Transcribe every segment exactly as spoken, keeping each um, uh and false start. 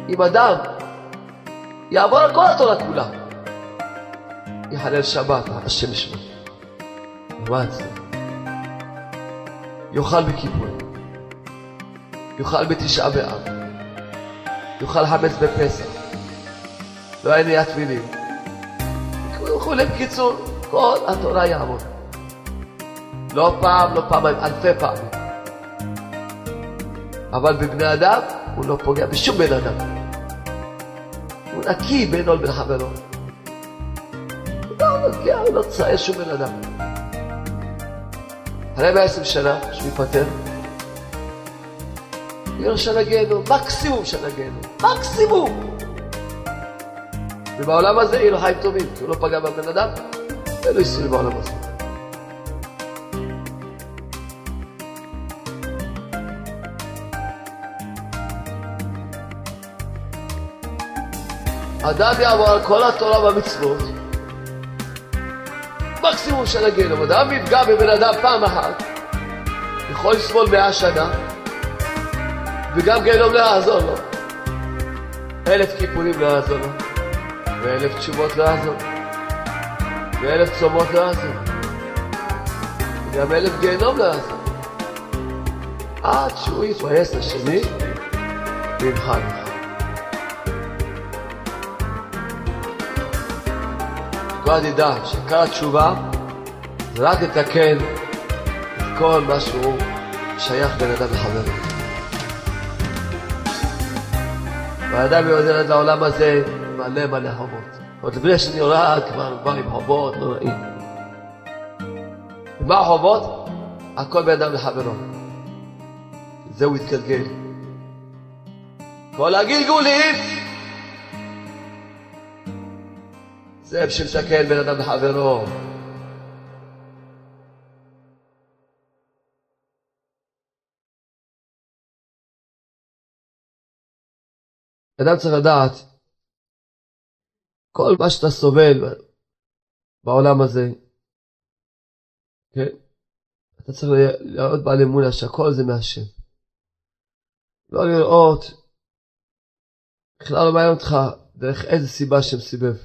אם אדם יעבור על כל התורה כולה, יחלל שבת, השם ישמור, מה אצלו? יאכל בכיפור, יאכל בתשעה באב, יאכל חמץ בפסח, לא היה נהיה תפילין, וכולי. בקיצור, כל התורה יעמוד. לא פעם, לא פעמיים, אלפי פעמים. אבל בבני אדם הוא לא פוגע בשום בן אדם. הוא נקי בינו לבין חברו. הוא לא נוגע, הוא לא צער שום בן אדם. אחרי מאה ועשרים שנה שהוא ייפטר, יהיה לו שנה גיהנום, מקסימום שנה גיהנום, מקסימום. ובעולם הזה יהיה לו חיים טובים, כי הוא לא פגע בבן אדם, ולא ייסורים בעולם הזה. אדם יעבור על כל התורה והמצוות, מקסימום שנה גיהנום. אדם יפגע בבן אדם פעם אחת, יכול לסבול מאה שנה, וגם גיהנום לא יעזור לו. אלף כיפורים לא יעזור לו, ואלף תשובות לא יעזור, ואלף צומות לא יעזור, וגם אלף גיהנום לא יעזור, עד שהוא יפייס לשני וימחל לך. כבר ידע שכל התשובה זה רק לתקן את כל מה שהוא שייך בין אדם לחברו. והאדם יורד לעולם הזה מלא מלא חובות. עוד לפני שאני יורד כבר בא עם חובות נוראים. ומה החובות? הכל בין אדם לחברו. זהו התגלגל. כל הגלגולים זה בשביל לתקן בין אדם לחברו. אדם צריך לדעת, כל מה שאתה סובל בעולם הזה, כן? אתה צריך לראות בעל אמונה שהכל זה מהשם. לא לראות, בכלל לא מעניין אותך דרך איזה סיבה שם סיבב.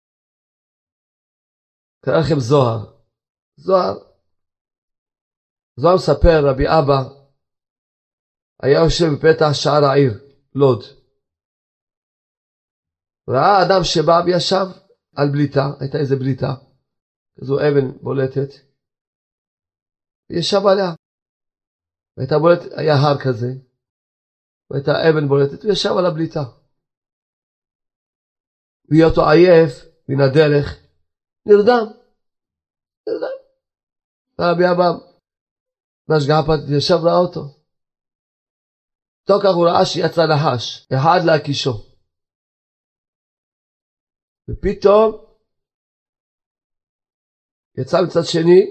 קרא לכם זוהר. זוהר. זוהר מספר, רבי אבא, היה יושב בפתח שער העיר, לוד. ראה אדם שבא וישב על בליטה, הייתה איזה בליטה, זו אבן בולטת, וישב עליה. והייתה בולטת, היה הר כזה, והייתה אבן בולטת, וישב על הבליטה. והיותו עייף מן הדרך, נרדם. נרדם. רבי אבא, בהשגחה פרטית, ישב ראה אותו. תוך כך הוא ראה שיצא נחש, אחד להקישו. ופתאום יצא מצד שני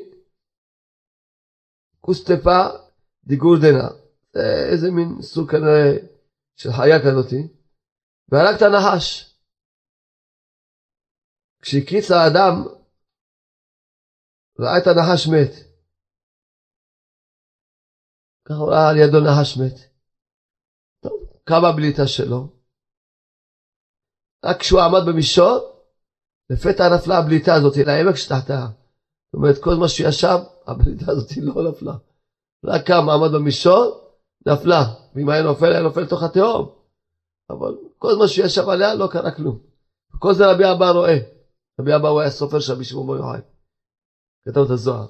קוסטפה דיגורדנה, איזה מין סוג כנראה של חיה כזאתי, והרג את הנחש. כשהקריץ האדם ראה את הנחש מת, ככה הוא ראה על ידו נחש מת. טוב, קם הבליטה שלו, רק כשהוא עמד במישור, לפתע נפלה הבליטה הזאת לעמק שתחתיה. זאת אומרת, כל מה שהוא ישב, הבליטה הזאת לא נפלה. רק קם, עמד במישור, נפלה. ואם היה נופל, היה נופל תוך התהום. אבל כל מה שהוא ישב עליה, לא קרה כלום. וכל זה רבי אבא רואה. רבי אבא הוא היה סופר שם בשביל מו יוחאי. כתב את הזוהר.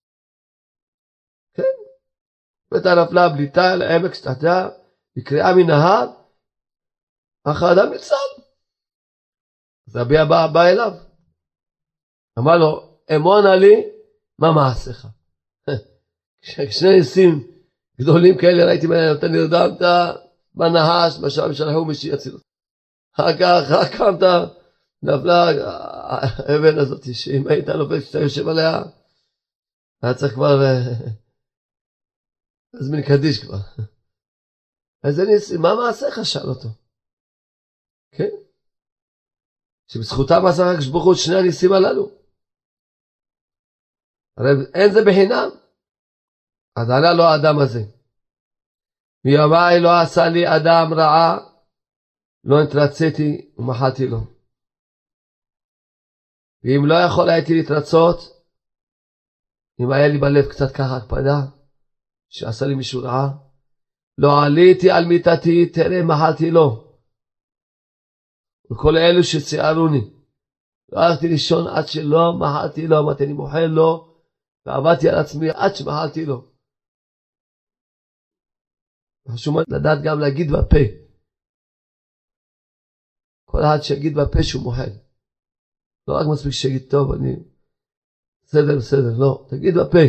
כן. לפתע נפלה הבליטה לעמק שתחתיה, נקראה מנהר, אך האדם יצא. אז רבי אבא בא אליו, אמר לו, אמונה לי, מה מעשיך? כשני ניסים גדולים כאלה ראיתי מהם, אתה נרדמת בנחש, בשם שלחו מי שיציל. אחר כך, רק קמת, נפלה האבן הזאת, שאם היית נופל כשאתה יושב עליה, היה צריך כבר להזמין קדיש כבר. איזה ניסים, מה מעשיך? שאל אותו. כן? שבזכותם עשה רק שבוכו את שני הניסים הללו. הרי אין זה בחינם. אז ענה לו האדם הזה, מימי לא עשה לי אדם רעה, לא התרציתי ומחלתי לו. ואם לא יכול הייתי להתרצות, אם היה לי בלב קצת ככה הקפדה, שעשה לי מישהו רעה, לא עליתי על מיטתי, תראה מחלתי לו. וכל אלו שציערוני, לא הלכתי לישון עד שלא מחלתי לו, אמרתי אני מוחל לו, ועבדתי על עצמי עד שמחלתי לו. חשוב לדעת גם להגיד בפה. כל אחד שיגיד בפה שהוא מוחל. לא רק מספיק שיגיד טוב, אני בסדר בסדר, לא, תגיד בפה.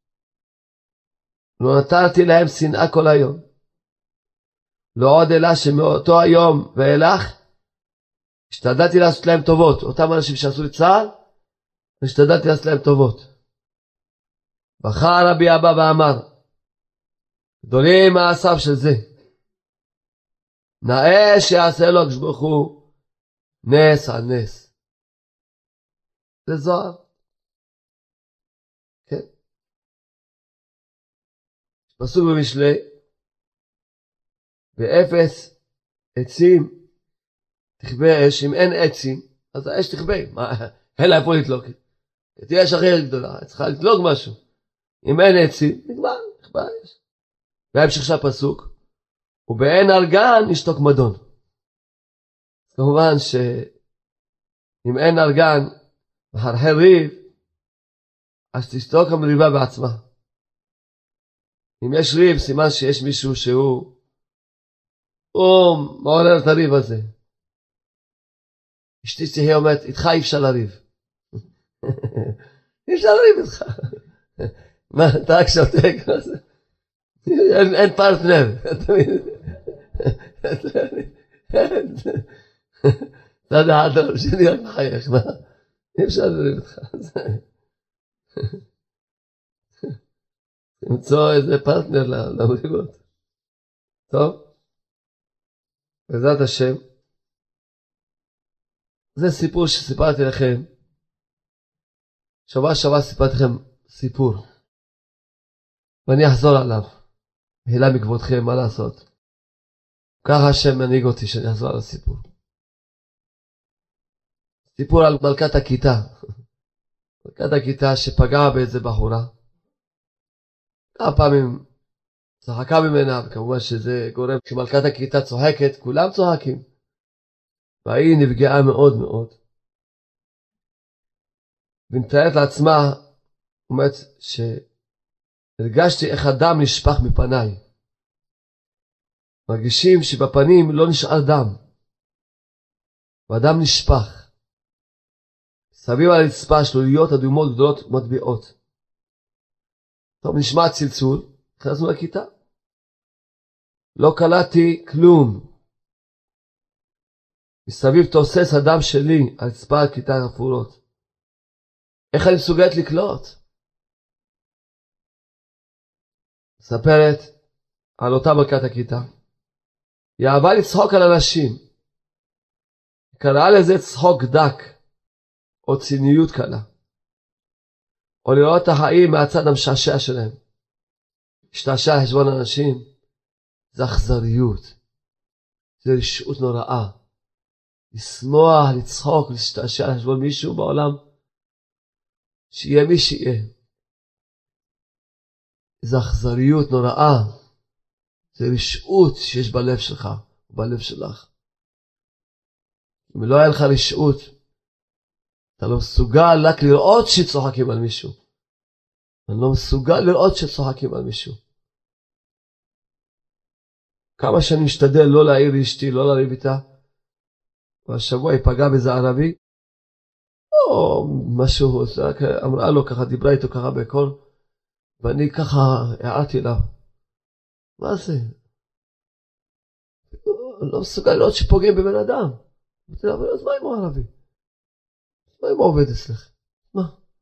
לא נתרתי להם שנאה כל היום. לא עוד אלא שמאותו היום ואילך, השתדלתי לעשות להם טובות. אותם אנשים שעשו לי צער, השתדלתי לעשות להם טובות. בכה רבי אבא ואמר, גדולים מעשיו של זה. נאה שיעשה לו הקדוש ברוך הוא נס על נס. זה זוהר. כן. פסוק במשלי, באפס עצים תכבה אש. אם אין עצים, אז האש תכבה. מה, אין לה איפה לתלוק. תהיה אש אחרת גדולה, צריכה לתלוק משהו. אם אין עצים, נגמר, תכבה אש. והמשך של הפסוק, ובאין ארגן נשתוק מדון. כמובן שאם אין ארגן מחרחר ריב, אז תשתוק המריבה בעצמה. אם יש ריב, סימן שיש מישהו שהוא הוא מעורר את הריב הזה. אשתי תהיה אומרת, איתך אי אפשר לריב. אי אפשר לריב איתך. מה, אתה רק שותק? אין, אין פרטנר. אתה יודע, אתה שני רק מחייך, מה? אי אפשר לריב איתך. למצוא איזה פרטנר למריבות. טוב? בעזרת השם. זה סיפור שסיפרתי לכם. שבוע שבוע סיפרתי לכם סיפור. ואני אחזור עליו. מחילה מכבודכם, מה לעשות? ככה השם מנהיג אותי שאני אחזור על הסיפור. סיפור על מלכת הכיתה. מלכת הכיתה שפגעה באיזה בחורה. כמה פעמים צחקה ממנה, וכמובן שזה גורם, כשמלכת הכיתה צוחקת, כולם צוחקים. והיא נפגעה מאוד מאוד. ונתארת לעצמה, אומרת שהרגשתי איך הדם נשפך מפניי. מרגישים שבפנים לא נשאר דם. והדם נשפך. סביב על הרצפה שלוליות אדומות גדולות מטביעות. טוב, נשמע צלצול, נכנסנו לכיתה. לא קלטתי כלום. מסביב תוסס הדם שלי על רצפה הכיתה הרפורות. איך אני מסוגלת לקלוט? מספרת על אותה מלכת הכיתה. היא אהבה לצחוק על אנשים. היא קראה לזה צחוק דק, או ציניות קלה. או לראות את החיים מהצד המשעשע שלהם. השתעשע חשבון אנשים, זה אכזריות. זה רשעות נוראה. לשמוח, לצחוק, להשתעשע חשבון מישהו בעולם, שיהיה מי שיהיה. זה אכזריות נוראה. זה רשעות שיש בלב שלך, בלב שלך. אם לא היה לך רשעות, אתה לא מסוגל רק לראות שצוחקים על מישהו. אני לא מסוגל לראות שצוחקים על מישהו. כמה שאני משתדל לא להעיר לאשתי, לא לריב איתה. והשבוע היא פגעה בזה ערבי. או משהו, אמרה לו ככה, דיברה איתו ככה בקול. ואני ככה הערתי לה. מה זה? לא מסוגל לראות שפוגעים בבן אדם. אמרתי לה, אז מה אם הוא ערבי? מה אם הוא עובד אצלך? מה?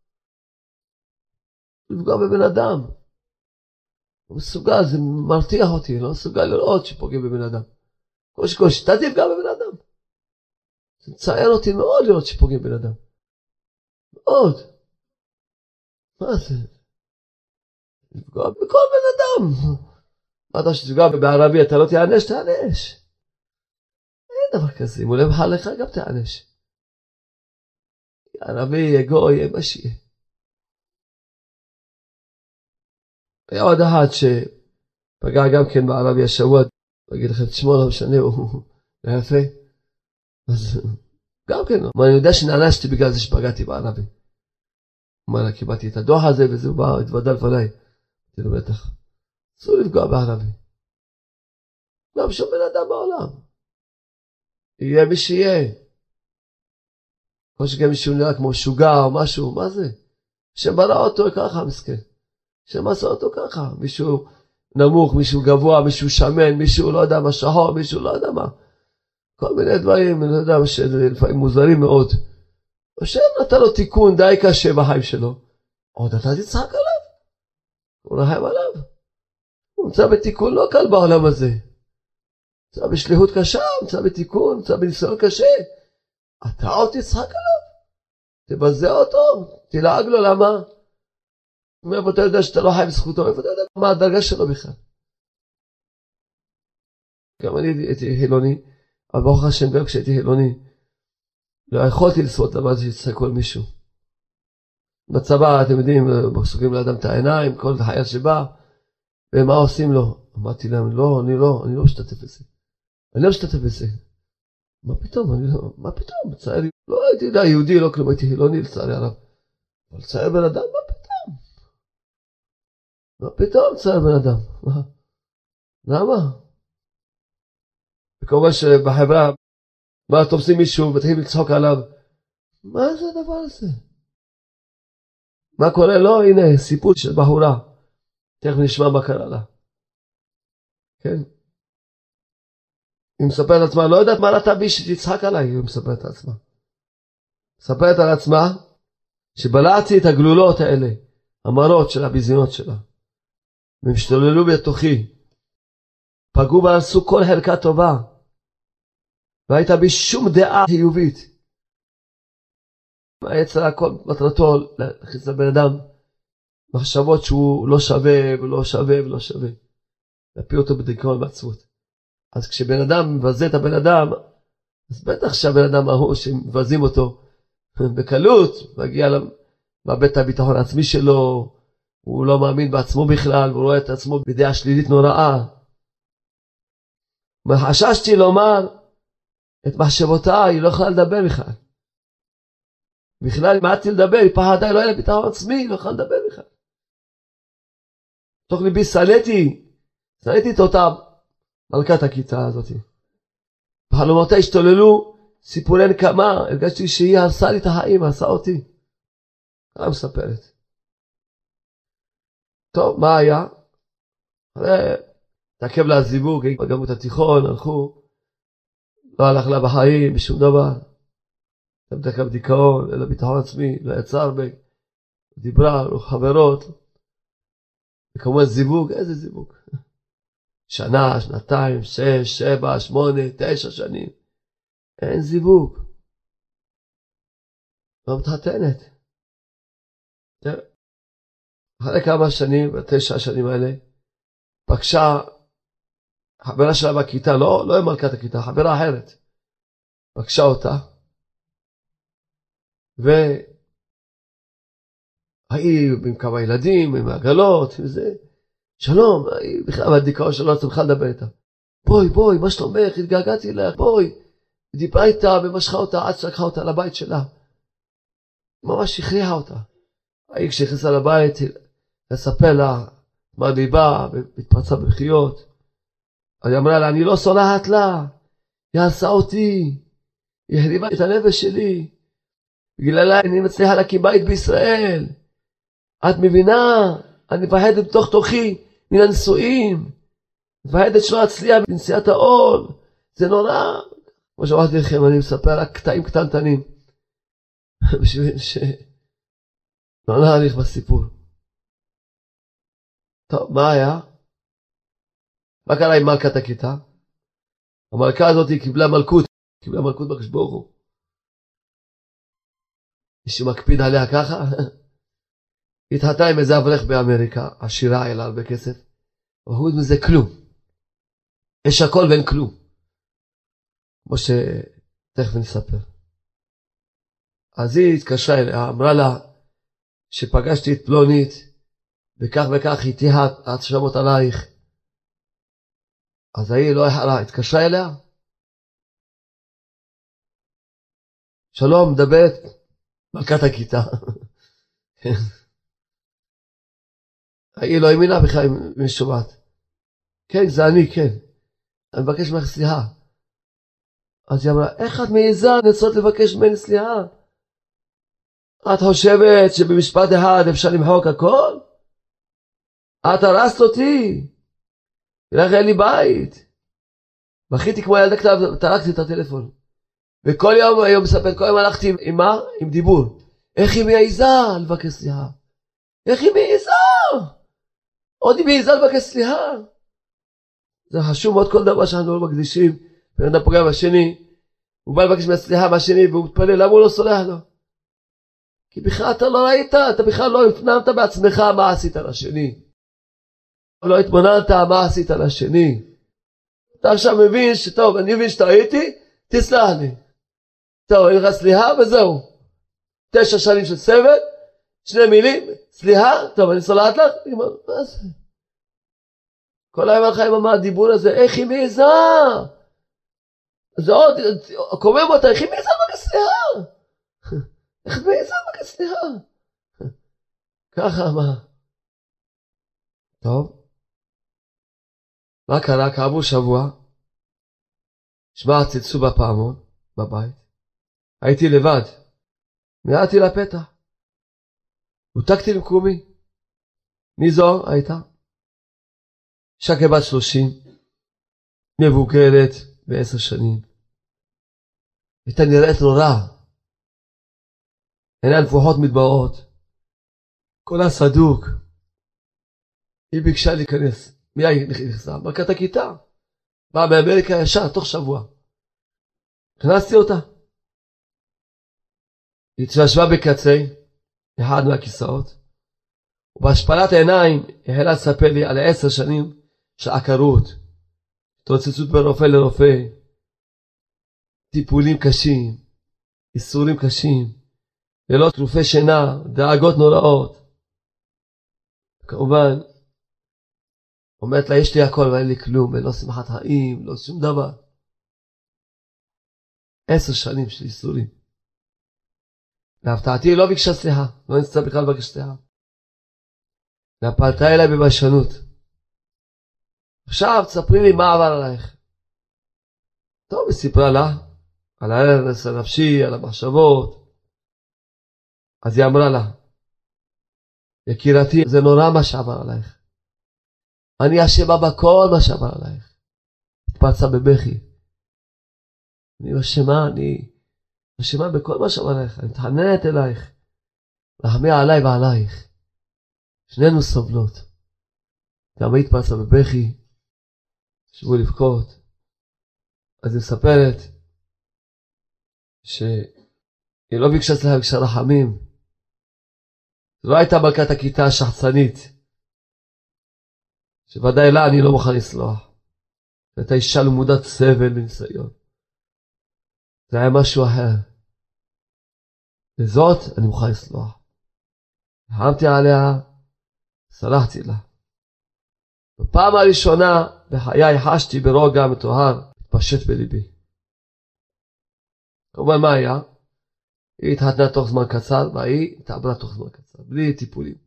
לפגוע בבן אדם. לא מסוגל, זה מרתיח אותי, לא מסוגל לראות שפוגעים בבן אדם. קושי קושי, אתה תפגע בבן אדם. זה מצער אותי מאוד לראות שפוגעים בבן אדם. מאוד. מה זה? לפגוע בכל בן אדם. מה אתה שתפגע בערבי, אתה לא תיענש, תיענש. אין דבר כזה, אם הוא לא מחל לך גם תענש. ערבי, גוי, מה שיהיה. היה עוד אחד שפגע גם כן בערבי השבוע, אגיד לכם, תשמעו, לא משנה, הוא יפה. אז גם כן, אני יודע שנענשתי בגלל זה שפגעתי בערבי. מה, קיבלתי את הדוח הזה וזה בא, התוודע לפניי. תראו בטח, אסור לפגוע בערבי. גם שום בן אדם בעולם. יהיה מי שיהיה. כמו שגם מישהו נראה כמו שוגע או משהו, מה זה? שברא אותו ככה, מסכן. שמסע אותו ככה. מישהו נמוך, מישהו גבוה, מישהו שמן, מישהו לא יודע מה שחור, מישהו לא יודע מה. כל מיני דברים, אני לא יודע, שלפעמים מוזרים מאוד. השם נתן לו תיקון די קשה בחיים שלו. עוד אתה תצחק עליו. הוא רחם עליו. הוא נמצא בתיקון לא קל בעולם הזה. נמצא בשליחות קשה, נמצא בתיקון, נמצא בניסיון קשה. אתה עוד תצחק עליו. תבזה אותו, תלעג לו, למה? מאיפה אתה יודע שאתה לא חי בזכותו? מאיפה אתה יודע מה הדרגה שלו בכלל? גם אני הייתי חילוני, אבל ברוך השם גם כשהייתי חילוני, לא יכולתי לסבול דבר הזה שיצחק כל מישהו. בצבא, אתם יודעים, מחזיקים לאדם את העיניים, כל חייל שבא, ומה עושים לו? אמרתי להם, לא, אני לא, אני לא משתתף בזה. אני לא משתתף בזה. מה פתאום? אני לא, מה פתאום? צער, לא הייתי די יהודי, לא כלום, הייתי חילוני לצערי הרב. אבל צער בן אדם, מה פתאום? מה פתאום צער בן אדם? מה? למה? וכמובן שבחברה, מה תופסים מישהו ותחילים לצחוק עליו? מה זה הדבר הזה? מה קורה לו? הנה, סיפור של בחורה. תכף נשמע מה קרה לה. כן? היא מספרת על עצמה, לא יודעת מה נתן בי שתצחק עליי, היא מספרת על עצמה. מספרת על עצמה, שבלעתי את הגלולות האלה, המרות של הביזיונות שלה. והם השתוללו בתוכי. פגעו ועשו כל חלקה טובה. והייתה בי שום דעה חיובית. היצר הכל מטרתו להכניס לבן אדם מחשבות שהוא לא שווה ולא שווה ולא שווה. להפיל אותו בדיכאון בעצבות. אז כשבן אדם מבזה את הבן אדם, אז בטח שהבן אדם ההוא שמבזים אותו בקלות, מגיע למאבד את הביטחון העצמי שלו, הוא לא מאמין בעצמו בכלל, הוא רואה את עצמו בדעה שלילית נוראה. חששתי לומר את מחשבותיי, היא לא יכולה לדבר בכלל. בכלל, אם עדתי לדבר, היא פחדה, לא היה לה ביטחון עצמי, היא לא יכולה לדבר בכלל. תוך ליבי סניתי, סניתי את אותה מלכת הכיתה הזאת. בחלומותיי השתוללו סיפורי נקמה, הרגשתי שהיא הרסה לי את החיים, הרסה אותי. ככה מספרת. טוב, מה היה? תעכב לה זיווג, גם את התיכון, הלכו. לא הלך לה בחיים, בשום דבר. תמתקה בדיכאון, אין לה ביטחון עצמי, לא יצא הרבה. דיברה, לא חברות. וכמובן זיווג, איזה זיווג? שנה, שנתיים, שש, שבע, שמונה, תשע שנים. אין זיווג. לא מתחתנת. אחרי כמה שנים, בתשע השנים האלה, פגשה חברה שלה בכיתה, לא, לא עם מלכת הכיתה, חברה אחרת. פגשה אותה, והיא עם כמה ילדים, עם עגלות, וזה, שלום, היא בכלל מהדיכאון שלא צריכה לדבר איתה. בואי, בואי, מה שלומך, התגעגעתי לך, בואי. היא דיברה איתה ומשכה אותה, עד שלקחה אותה לבית שלה. ממש הכריחה אותה. היא כשהכניסה לבית, לספר לה מה ליבה, והתפרצה בבכיות. היא אמרה לה, אני לא סולחת לה, היא הרסה אותי, היא החריבה את הנפש שלי, בגללה אני מצליחה להקים בית בישראל. את מבינה, אני מפחדת בתוך תוכי מן הנישואים, מפחדת שלא אצליח בנשיאת העול, זה נורא. כמו שאמרתי לכם, אני מספר רק קטעים קטנטנים, בשביל ש... לא נעריך בסיפור. טוב, מה היה? מה קרה עם מלכת הכיתה? המלכה הזאת היא קיבלה מלכות, קיבלה מלכות בקדוש ברוך הוא. מישהו מקפיד עליה ככה? התחתנה עם איזה אברך באמריקה, עשירה, היה לה הרבה כסף, אבל הוא מזה כלום. יש הכל ואין כלום. כמו שתכף נספר. אז היא התקשרה אליה, אמרה לה שפגשתי את פלונית, וכך וכך איתי את שמות עלייך. אז היא לא החלה, התקשרה אליה. שלום, מדברת מלכת הכיתה. היא לא האמינה בכלל אם שומעת. כן, זה אני, כן. אני מבקש ממך סליחה. אז היא אמרה, איך את מעיזה לנסות לבקש ממני סליחה? את חושבת שבמשפט אחד אפשר למחוק הכל? את הרסת אותי. לך אין לי בית. בכיתי כמו ילדה קטנה, תרקתי את הטלפון. וכל יום, היום מספר, כל יום הלכתי עם מה? עם דיבור. איך היא מעיזה לבקש סליחה? איך היא מעיזה? עוד היא מעיזה לבקש סליחה? זה חשוב מאוד כל דבר שאנחנו לא מקדישים. בן אדם פוגע בשני, הוא בא לבקש מהסליחה מהשני, והוא מתפלל, למה הוא לא סולח לו? כי בכלל אתה לא ראית, אתה בכלל לא הפנמת בעצמך מה עשית לשני. לא התבוננת מה עשית לשני. אתה עכשיו מבין שטוב, אני מבין שאתה ראיתי, תסלח לי. טוב, אני לך סליחה וזהו. תשע שנים של סבל, שני מילים, סליחה, טוב, אני סולחת לך? מה זה? כל היום הלכה עם הדיבור הזה, איך היא מעיזה? זה עוד, קומם אותה, איך היא מעיזה לבקש סליחה? איך היא מעיזה לבקש סליחה? ככה מה? טוב. מה קרה? כעבור שבוע, שמע צלצול בפעמון, בבית. הייתי לבד. מיהרתי לפתח. הותקתי למקומי. מי זו הייתה? אישה כבת שלושים, מבוגרת בעשר שנים. הייתה נראית נורא. עיניה נפוחות מדמעות. קולה סדוק. היא ביקשה להיכנס. מי היא נכנסה? מלכת הכיתה. באה מאמריקה ישר, תוך שבוע. הכנסתי אותה. היא ישבה בקצה, אחד מהכיסאות, ובהשפלת העיניים החלה לספר לי על עשר שנים של עקרות, התרוצצות בין רופא לרופא, טיפולים קשים, איסורים קשים, ללא תרופי שינה, דאגות נוראות. כמובן, אומרת לה, יש לי הכל ואין לי כלום, ולא שמחת חיים, לא שום דבר. עשר שנים של איסורים. להפתעתי היא לא ביקשה סליחה, לא נצטרך בכלל לבקש סליחה. והפלטה אליי בביישנות. עכשיו תספרי לי מה עבר עלייך. טוב, היא סיפרה לה על ההרס הנפשי, על המחשבות. אז היא אמרה לה, יקירתי, זה נורא מה שעבר עלייך. אני אשמה בכל מה שעבר עלייך. התפרצה בבכי. אני אשמה, אני אשמה בכל מה שעבר עלייך. אני מתחננת אלייך. רחמי עליי ועלייך. שנינו סובלות. גם היא התפרצה בבכי. שבו לבכות. אז היא מספרת שהיא לא ביקשה סליחה, ביקשה רחמים. זו לא הייתה מלכת הכיתה השחצנית. שוודאי לה אני לא מוכן לסלוח. זו הייתה אישה למודת סבל וניסיון. זה היה משהו אחר. לזאת אני מוכן לסלוח. רחמתי עליה, סלחתי לה. בפעם הראשונה בחיי חשתי ברוגע מטוהר, התפשט בליבי. כמובן מה היה? היא התחתנה תוך זמן קצר, והיא התעברה תוך זמן קצר, בלי טיפולים.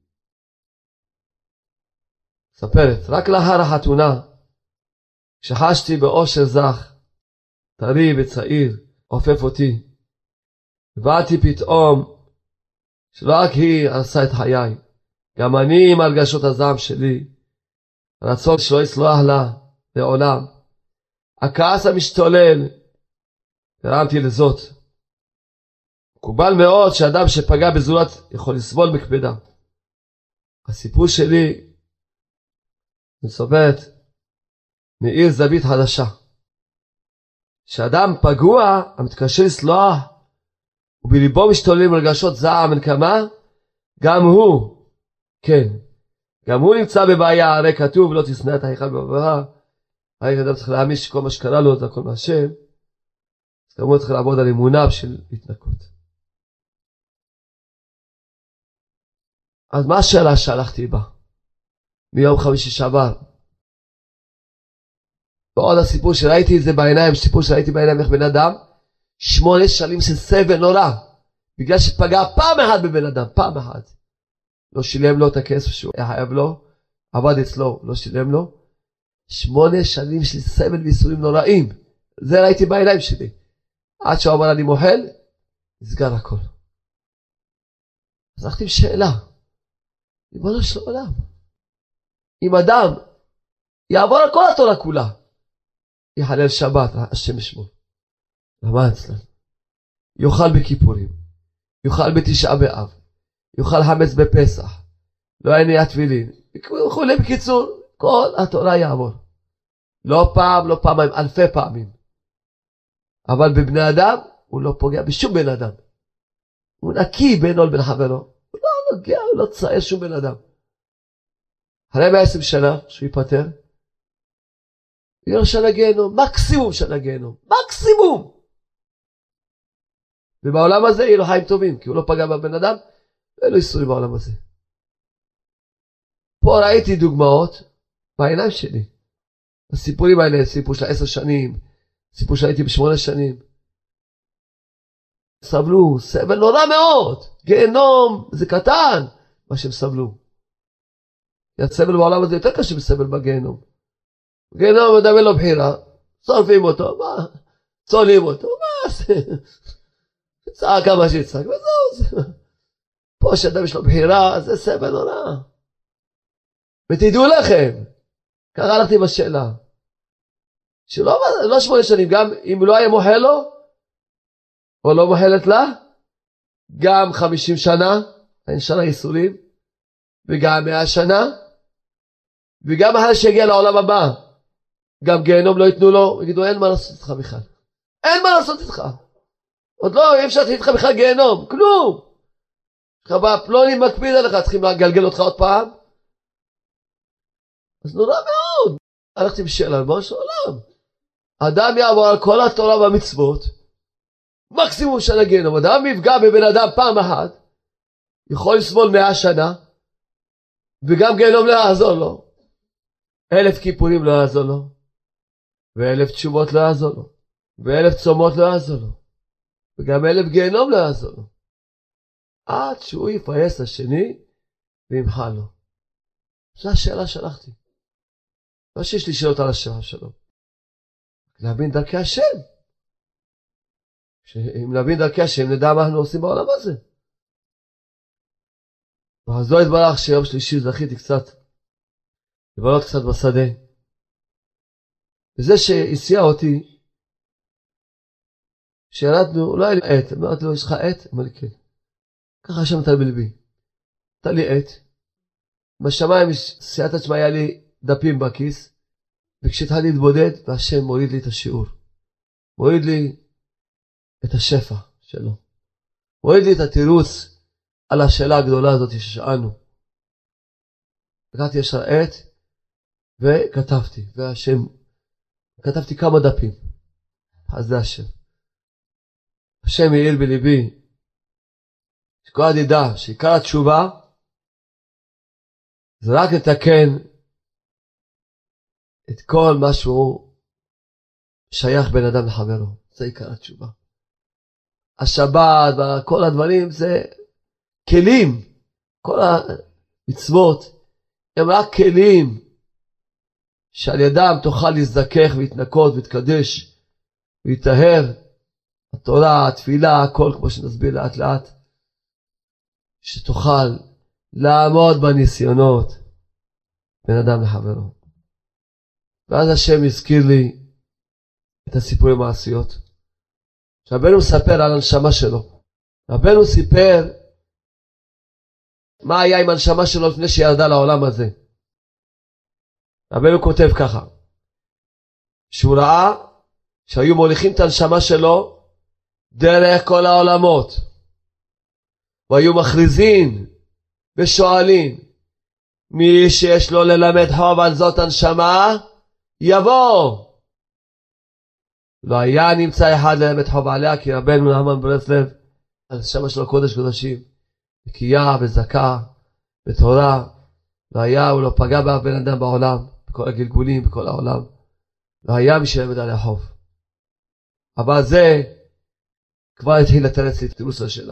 ספרת, רק לאחר החתונה, כשחשתי באושר זך, טרי וצעיר, עופף אותי, הבאתי פתאום שלא רק היא עשה את חיי, גם אני עם הרגשות הזעם שלי, רצון שלא יסלח לה לעולם, הכעס המשתולל, הרמתי לזאת. מקובל מאוד שאדם שפגע בזולת יכול לסבול בכבדה. הסיפור שלי מסופרת מאיר זווית חדשה. שאדם פגוע המתקשה לסלוח ובליבו משתוללים רגשות זעם ונקמה, גם הוא, כן, גם הוא נמצא בבעיה. הרי כתוב לא תשנא את האחד בעברך. הרי אדם צריך להאמין שכל מה שקרה לו זה הכל מהשם. כמובן צריך לעבוד על אמונה בשביל להתנקות. אז מה השאלה שהלכתי בה? מיום חמישי שעבר. ועוד הסיפור שראיתי את זה בעיניים, סיפור שראיתי בעיניים איך בן אדם, שמונה שנים של סבל נורא, בגלל שפגע פעם אחת בבן אדם, פעם אחת. לא שילם לו את הכסף שהוא היה חייב לו, עבד אצלו, לא שילם לו. שמונה שנים של סבל ויסורים נוראים. זה ראיתי בעיניים שלי. עד שהוא אמר אני מוחל, נסגר הכל. אז הלכתי עם שאלה. ריבונו של עולם. אם אדם יעבור על כל התורה כולה, יחלל שבת, השם ישמור. למה אצלנו? יאכל בכיפורים, יאכל בתשעה באב, יאכל חמץ בפסח, לא יניע תפילין, וכולי בקיצור, כל התורה יעבור. לא פעם, לא פעמיים, אלפי פעמים. אבל בבני אדם, הוא לא פוגע בשום בן אדם. הוא נקי בינו לבין חברו. הוא לא נוגע, הוא לא צער שום בן אדם. אחרי מאה ועשרים שנה, שהוא ייפטר, יהיה לו שנה גיהנום, מקסימום שנה גיהנום, מקסימום. ובעולם הזה יהיה לו חיים טובים, כי הוא לא פגע בבן אדם, ואין לו איסורים בעולם הזה. פה ראיתי דוגמאות בעיניים שלי. הסיפורים האלה, סיפור של עשר שנים, סיפור שהייתי בשמונה שנים. סבלו, סבל נורא מאוד, גיהנום, זה קטן, מה שהם סבלו. הסבל בעולם הזה יותר קשה מסבל בגיהנום. גיהנום אדם אין לו בחירה, שורפים אותו, מה? צולעים אותו, מה זה? צעק כמה שיצעק, וזהו. פה שאדם יש לו בחירה, זה סבל נורא. ותדעו לכם, ככה הלכתי בשאלה, שלא לא שמונה שנים, גם אם לא היה מוחל לו, או לא מוחלת לה, גם חמישים שנה, אין שנה ייסורים, וגם מאה שנה, וגם אחרי שיגיע לעולם הבא, גם גיהנום לא ייתנו לו, יגידו אין מה לעשות איתך בכלל. אין מה לעשות איתך. עוד לא, אי אפשר להתחיל איתך בכלל גיהנום, כלום. חבא פלוני מקפיד עליך, צריכים לגלגל אותך עוד פעם. אז נורא מאוד. הלכתי בשאלה, מה שעולם? אדם יעבור על כל התורה והמצוות, מקסימום שנה גיהנום. אדם יפגע בבן אדם פעם אחת, יכול לסבול מאה שנה, וגם גיהנום לא יעזור לו. אלף כיפורים לא יעזור לו, ואלף תשובות לא יעזור לו, ואלף צומות לא יעזור לו, וגם אלף גיהנום לא יעזור לו. עד שהוא יפייס השני, וימחל לו. זו השאלה שלחתי. לא שיש לי שאלות על השאלה שלו. להבין דרכי השם. אם להבין דרכי השם, נדע מה אנחנו עושים בעולם הזה. אז לא התברך שיום שלישי זכיתי קצת, לבלות קצת בשדה. וזה שהסיע אותי, שירדנו, לא היה לי עת, אמרתי לו, יש לך עת? אמר לי כן. ככה השם נתן בלבי. נתן לי עת. בשמיים, סייעתא דשמיא, היה לי דפים בכיס, וכשהתחלתי להתבודד, והשם מוריד לי את השיעור. מוריד לי את השפע שלו. מוריד לי את התירוץ על השאלה הגדולה הזאת ששאלנו. לקחתי ישר עת, וכתבתי, והשם, כתבתי כמה דפים. אז זה השם. השם העיר בליבי, שכל אחד ידע שעיקר התשובה, זה רק לתקן את כל מה שהוא שייך בין אדם לחברו. זה עיקר התשובה. השבת וכל הדברים זה כלים. כל המצוות הם רק כלים שעל ידם תוכל להזדכך והתנקות והתקדש והתאהב. התורה, התפילה, הכל כמו שנסביר לאט לאט. שתוכל לעמוד בניסיונות בין אדם לחברו. ואז השם הזכיר לי את הסיפורי מעשיות. רבנו מספר על הנשמה שלו. רבנו סיפר מה היה עם הנשמה שלו לפני שירדה לעולם הזה. רבנו כותב ככה, שהוא ראה שהיו מוליכים את הנשמה שלו דרך כל העולמות, והיו מכריזים ושואלים, מי שיש לו ללמד חוב על זאת הנשמה, יבוא. לא היה נמצא אחד ללמד חוב עליה, כי רבנו נחמן ברסלב, על שם שלו קודש קודשים, בקיאה, בזכה, בתורה, לא היה, הוא לא פגע באף בן אדם בעולם, בכל הגלגולים, בכל העולם. לא היה מי שלמד עליה חוב. אבל זה כבר התחיל לתרץ לי תירוץ לשאלה.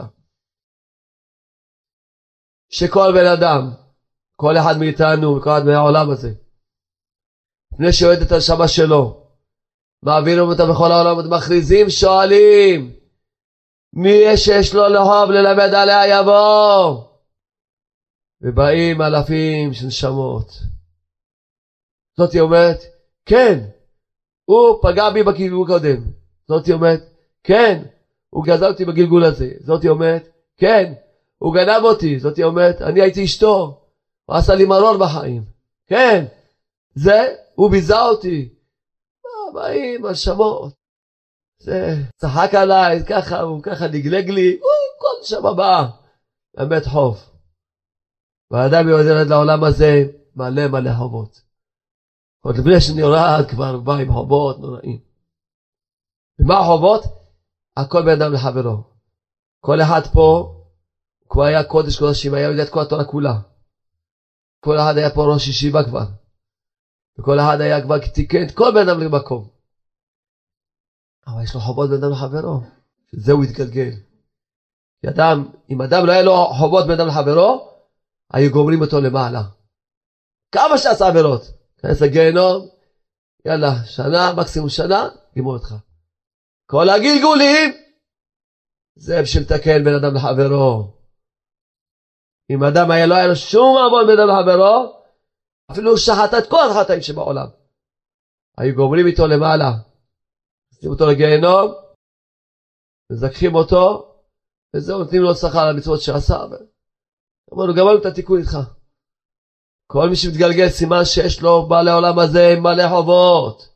שכל בן אדם, כל אחד מאיתנו, כל אחד מהעולם הזה, לפני שיועד את הנשמה שלו, מעבירים אותה בכל העולם, מכריזים, שואלים, מי שיש לו לחוב ללמד עליה יבוא. ובאים אלפים של נשמות. זאת היא אומרת, כן, הוא פגע בי בגלגול קודם. זאת היא אומרת, כן, הוא גזל אותי בגלגול הזה. זאת היא אומרת, כן, הוא גנב אותי. זאת היא אומרת, אני הייתי אשתו, הוא עשה לי מרור בחיים. כן, זה, הוא ביזה אותי. מה, באים הנשמות. זה, צחק עליי, ככה, הוא ככה נגלג לי, כל נשמה באה. באמת חוב. והאדם יורד לעולם הזה מלא מלא חובות. עוד לפני שנראה כבר בא עם חובות נוראים. ומה החובות? הכל בין אדם לחברו. כל אחד פה, כבר היה קודש קודשים, היה יודע את כל התורה כולה. כל אחד היה פה ראש ישיבה כבר. וכל אחד היה כבר תיקן את כל בין אדם למקום. אבל יש לו חובות בין אדם לחברו. זהו התגלגל. אדם, אם אדם לא היה לו חובות בין אדם לחברו, היו גומרים אותו למעלה. כמה שעשה עבירות. כנס לגיהנום, יאללה, שנה, מקסימום שנה, גמור אותך. כל הגלגולים, זה בשביל לתקן בין אדם לחברו. אם אדם היה לא היה לו שום עוון בין אדם לחברו, אפילו שחט את כל החטאים שבעולם. היו גומרים איתו למעלה. נשים אותו לגיהנום, מזכחים אותו, וזהו, נותנים לו שכר על המצוות שעשה. אמרנו, גמרנו את התיקון איתך. כל מי שמתגלגל סימן שיש לו בעלי העולם הזה מלא חובות.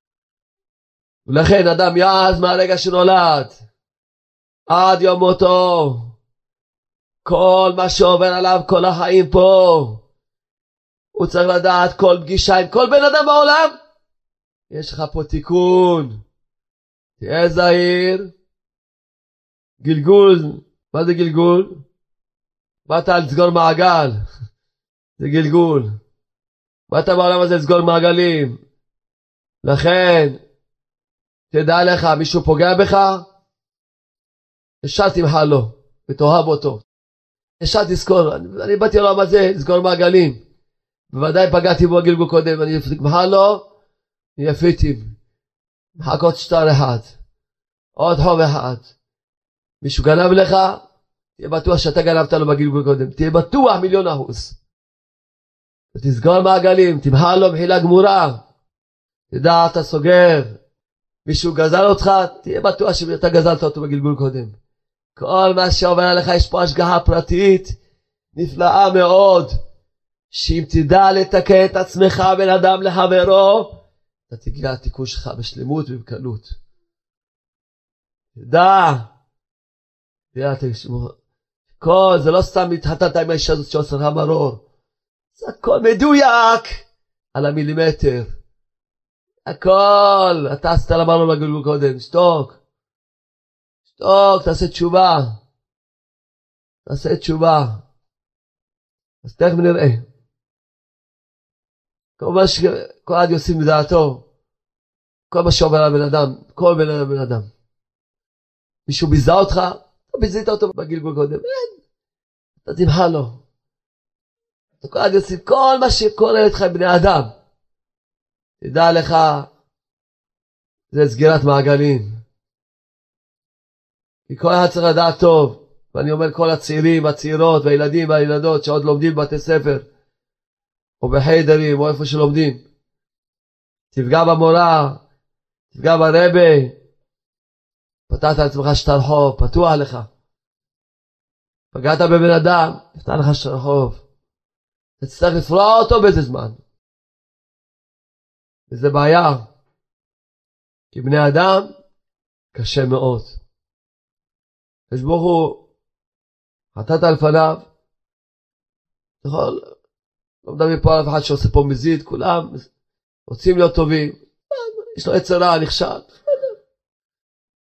ולכן אדם יעז מהרגע שנולד, עד יום מותו, כל מה שעובר עליו כל החיים פה, הוא צריך לדעת כל פגישה עם כל בן אדם בעולם. יש לך פה תיקון. תהיה זהיר. גלגול. מה זה גלגול? באת על סגור מעגל. זה גלגול. באת בעולם הזה לסגור מעגלים. לכן, תדע לך, מישהו פוגע בך, ישר תמחה לו, ותאהב אותו. ישר תזכור, אני, אני באתי לעולם הזה לסגור מעגלים. בוודאי פגעתי בו גלגול קודם, אני תמחה לו, יפיתי. מחק עוד שטר אחד. עוד חוב אחד. מישהו גנב לך, תהיה בטוח שאתה גנבת לו בגלגול קודם. תהיה בטוח מיליון אחוז. תסגור מעגלים, תמחה לו מחילה גמורה. תדע, אתה סוגר. מישהו גזל אותך, תהיה בטוח שאתה גזלת אותו בגלגול קודם. כל מה שעובר עליך יש פה השגחה פרטית, נפלאה מאוד, שאם תדע לתקן את עצמך בין אדם לחברו, אתה תגיע לתיקון שלך בשלמות ובקלות. תדע, תדע, תשמור. כל, זה לא סתם מתחתת עם האישה הזאת שעושה לך מרור. זה הכל מדויק על המילימטר. הכל, אתה עשית למרור בגלגול קודם, שתוק. שתוק, תעשה תשובה. תעשה תשובה. אז תכף נראה. כל מה שכל עד יוצאים מדעתו, כל מה שעובר על בן אדם, כל בן אדם בן אדם. מישהו ביזה אותך, אתה ביזית אותו בגלגול קודם, אין. אתה תמחה לו. כל עד יוצאים, כל מה שקורה איתך עם בני אדם. תדע לך, זה סגירת מעגלים. כי כל אחד צריך לדעת טוב, ואני אומר כל הצעירים, הצעירות, והילדים והילדות שעוד לומדים בבתי ספר, או בחיידרים, או איפה שלומדים. תפגע במורה, תפגע ברבי, פתעת לעצמך שטר חוב, פתוח לך. פגעת בבן אדם, נפתח לך שטר חוב. תצטרך לפרוע אותו באיזה זמן. וזה בעיה. כי בני אדם קשה מאוד. יש ברוך הוא, חטאת לפניו, יכול... לא מדברים פה על אף אחד שעושה פה מזיד, כולם רוצים להיות טובים. יש לו יצר רע, נכשל.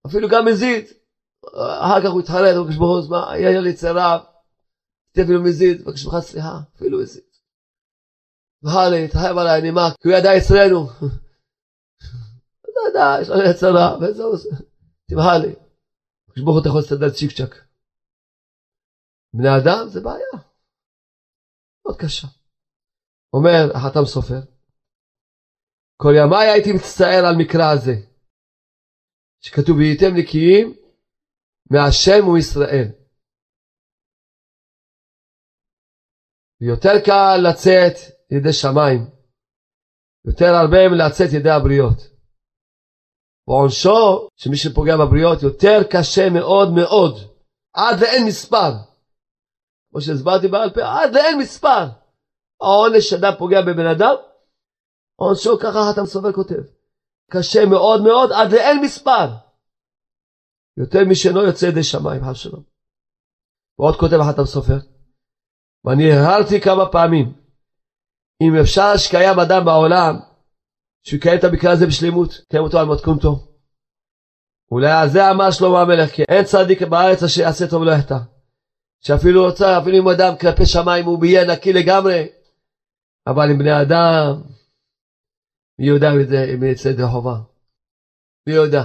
אפילו גם מזיד, אחר כך הוא התחרט, הוא כשבחוץ, מה, היה לי צרה, אפילו מזיד, בבקשה ממך סליחה, אפילו מזיד. והלי, התחייב עליי, אני מה, כי הוא ידע אצלנו. אתה יודע, יש לנו צרה, וזהו, תמחה לי. כשבוך אתה יכול לסתדר צ'יק צ'ק. בני אדם זה בעיה. מאוד קשה. אומר החתם סופר, כל ימי הייתי מצטער על מקרא הזה, שכתוב והייתם נקיים מהשם ומישראל. ויותר קל לצאת ידי שמיים, יותר הרבה לצאת ידי הבריות. ועונשו שמי שפוגע בבריות יותר קשה מאוד מאוד, עד לאין מספר. כמו שהסברתי בעל פה, עד לאין מספר. העונש שאדם פוגע בבן אדם, עונשו ככה החתם סופר כותב, קשה מאוד מאוד עד לאין מספר, יותר משאינו יוצא ידי שמיים, חס ושלום. ועוד כותב החתם סופר, ואני הרהרתי כמה פעמים, אם אפשר שקיים אדם בעולם שיקיים את המקרא הזה בשלמות, קיים אותו על מתכונתו. אולי על זה אמר שלמה המלך, כי אין צדיק בארץ אשר יעשה טוב לא יחטא, שאפילו רוצה, אפילו אם אדם כלפי שמיים הוא יהיה נקי לגמרי, אבל עם בני אדם מי יודע אם יצא ידי חובה, מי יודע.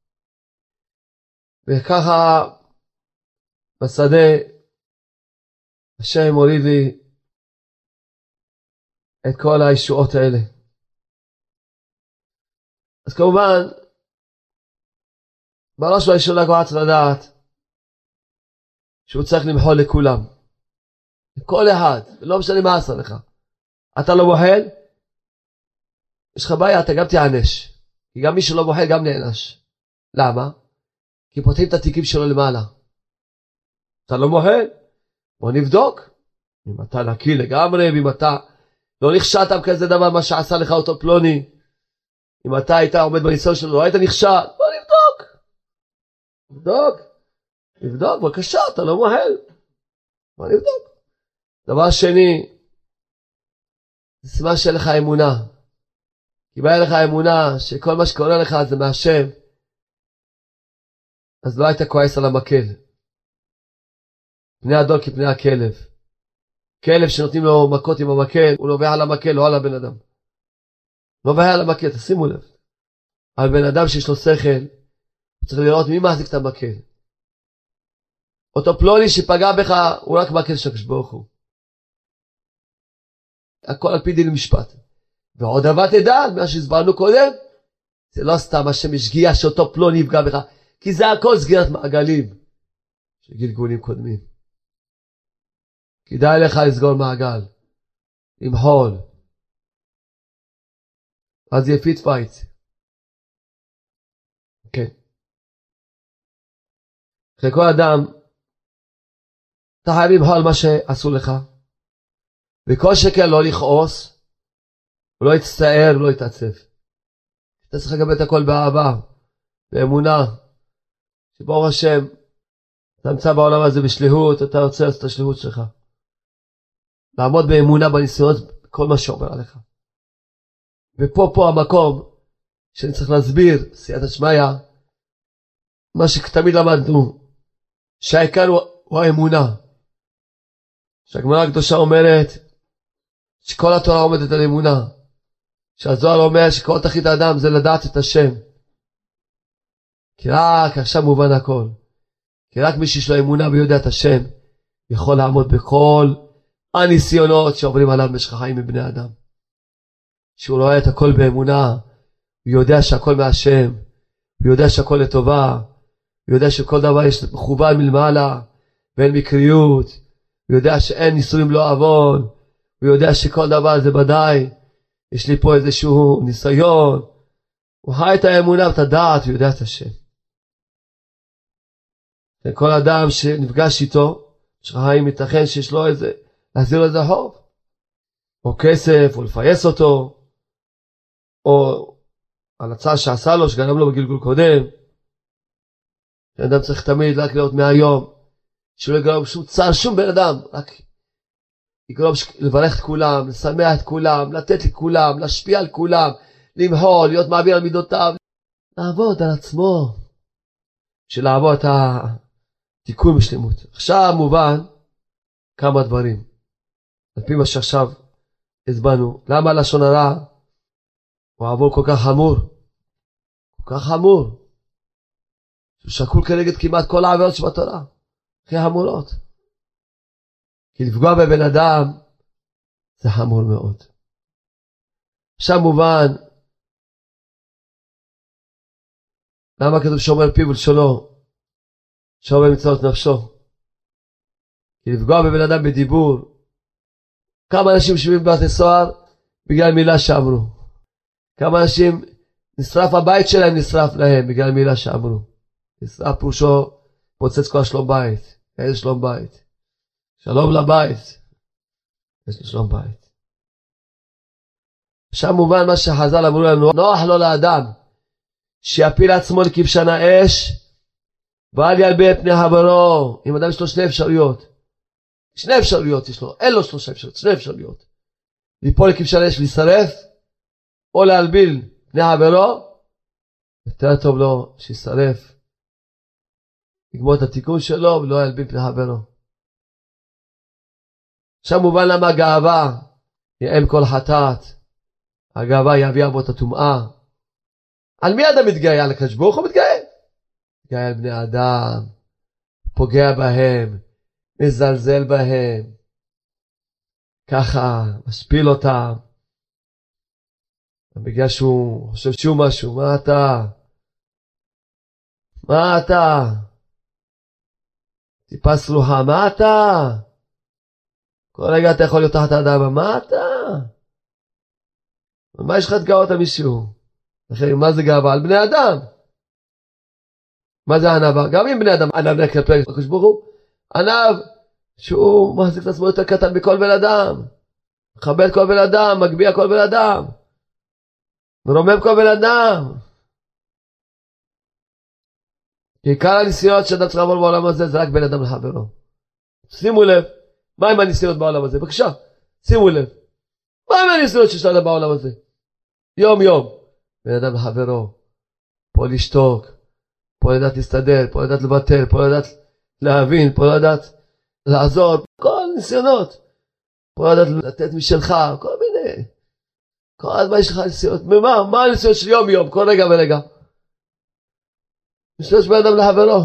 וככה בשדה השם הוריד לי את כל הישועות האלה. אז כמובן בראש ובראשונה כבר צריך לדעת שהוא צריך למחול לכולם, לכל אחד, לא משנה מה עשה לך. אתה לא מוחל, יש לך בעיה, אתה גם תיענש, כי גם מי שלא מוחל גם נענש. למה? כי פותחים את התיקים שלו למעלה. אתה לא מוחל, בוא נבדוק אם אתה נקי לגמרי, ואם אתה לא נכשלת כזה דבר מה שעשה לך אותו פלוני, אם אתה היית עומד בניסיון שלו, לא היית נכשל, בוא נבדוק. נבדוק, נבדוק, בבקשה, אתה לא מוחל, בוא נבדוק. דבר שני, זה סימן שאין לך אמונה. כי בא לך אמונה שכל מה שקורה לך זה מהשם, אז לא היית כועס על המקל. פני הדול כפני הכלב. כלב שנותנים לו מכות עם המקל, הוא נובע על המקל, לא על הבן אדם. נובע על המקל, תשימו לב. על בן אדם שיש לו שכל, צריך לראות מי מחזיק את המקל. אותו פלוני שפגע בך, הוא רק מקל שקש ברוך הוא. הכל על פי דין משפט. ועוד דבר תדע, מה שהסברנו קודם, זה לא סתם השם השגיע שאותו פלוני יפגע בך, כי זה הכל סגירת מעגלים של גלגולים קודמים. כדאי לך לסגור מעגל, למחול, אז יהיה פיט פייט. כן. אחרי כל אדם, אתה חייב למחול מה שעשו לך, וכל שכן לא לכעוס, הוא לא יצטער, הוא לא יתעצב. אתה צריך לקבל את הכל באהבה, באמונה, שברוך השם, אתה נמצא בעולם הזה בשליחות, אתה רוצה לעשות את השליחות שלך. לעמוד באמונה בניסיונות, כל מה שאומר עליך. ופה פה המקום, שאני צריך להסביר, סייעתא שמיא, מה שתמיד למדנו, שהעיקר הוא, הוא האמונה. שהגמרא הקדושה אומרת, שכל התורה עומדת על אמונה. שהזוהר אומר שכל תכלית האדם זה לדעת את השם. כי רק עכשיו מובן הכל. כי רק מי שיש לו אמונה ויודע את השם, יכול לעמוד בכל הניסיונות שעוברים עליו במשך החיים מבני אדם. שהוא רואה את הכל באמונה, הוא יודע שהכל מהשם, הוא יודע שהכל לטובה, הוא יודע שכל דבר יש מכוון מלמעלה, ואין מקריות, הוא יודע שאין ניסויים לא עוון, הוא יודע שכל דבר זה ודאי, יש לי פה איזשהו ניסיון, הוא חי את האמונה ואת הדעת, הוא יודע את השם. כל אדם שנפגש איתו, שחיים ייתכן שיש לו איזה, להחזיר לו איזה חוב, או כסף, או לפייס אותו, או על הצעה שעשה לו, שגרם לו בגלגול קודם. אדם צריך תמיד רק לראות מהיום, שלא יגרום שום צער, שום בן אדם, רק יגרום לברך את כולם, לשמח את כולם, לתת לכולם, להשפיע על כולם, למחול, להיות מעביר על מידותיו, לעבוד על עצמו. בשביל לעבור את התיקון בשלמות. עכשיו מובן כמה דברים. על פי מה שעכשיו הסברנו. למה לשון הרע הוא עבור כל כך חמור? כל כך חמור. הוא שקול כנגד כמעט כל העבירות שבתורה. הכי חמורות. כי לפגוע בבן אדם זה חמור מאוד. עכשיו מובן למה כתוב שומר פיו ולשונו, שומר מצוות נפשו. כי לפגוע בבן אדם בדיבור. כמה אנשים יושבים בבתי סוהר בגלל מילה שאמרו. כמה אנשים נשרף הבית שלהם, נשרף להם בגלל מילה שאמרו. נשרף פירושו פוצץ כל השלום בית. איזה שלום בית? שלום לבית. יש לו שלום בית. שם מובן מה שחז"ל אמרו לנו, נוח לו לאדם שיפיל עצמו לכבשן האש ואל ילבה פני חברו. אם אדם יש לו שני אפשרויות, שני אפשרויות יש לו, אין לו שלושה אפשרויות, שני אפשרויות, ליפול לכבשן האש ולהישרף, או להלביל פני חברו. יותר טוב לו שישרף, יגמור את התיקון שלו ולא ילביל פני חברו. עכשיו מובן למה הגאווה היא אם כל חטאת. הגאווה יביא אבות הטומאה. על מי אדם מתגאה? על הקדוש ברוך הוא מתגאה? מתגאה על בני אדם, פוגע בהם, מזלזל בהם, ככה משפיל אותם, בגלל שהוא חושב שהוא משהו. מה אתה? מה אתה? טיפה סלוחה, מה אתה? כל רגע אתה יכול להיות תחת האדמה, מה אתה? מה יש לך להתגאות על מישהו? אחרי, מה זה גאווה? על בני אדם. מה זה ענבה? גם אם בני אדם ענב כלפי הקדוש ברוך הוא, ענב שהוא מחזיק את עצמו יותר קטן בכל בן אדם, מכבד כל בן אדם, מגביה כל בן אדם, מרומם כל בן אדם. עיקר הניסיונות שאדם צריך לעבור בעולם הזה זה רק בין אדם לחברו. שימו לב, מה עם הניסיונות בעולם הזה? בבקשה, שימו לב, מה עם הניסיונות שיש לאדם בעולם הזה? יום יום בין אדם לחברו, פה לשתוק, פה לדעת להסתדר, פה לדעת לבטל, פה לדעת להבין, פה לדעת לעזור, כל ניסיונות, פה לדעת לתת משלך, כל מיני, כל מה יש לך ניסיונות. מה? מה הניסיונות של יום יום, כל רגע ורגע? ניסיונות בין אדם לחברו.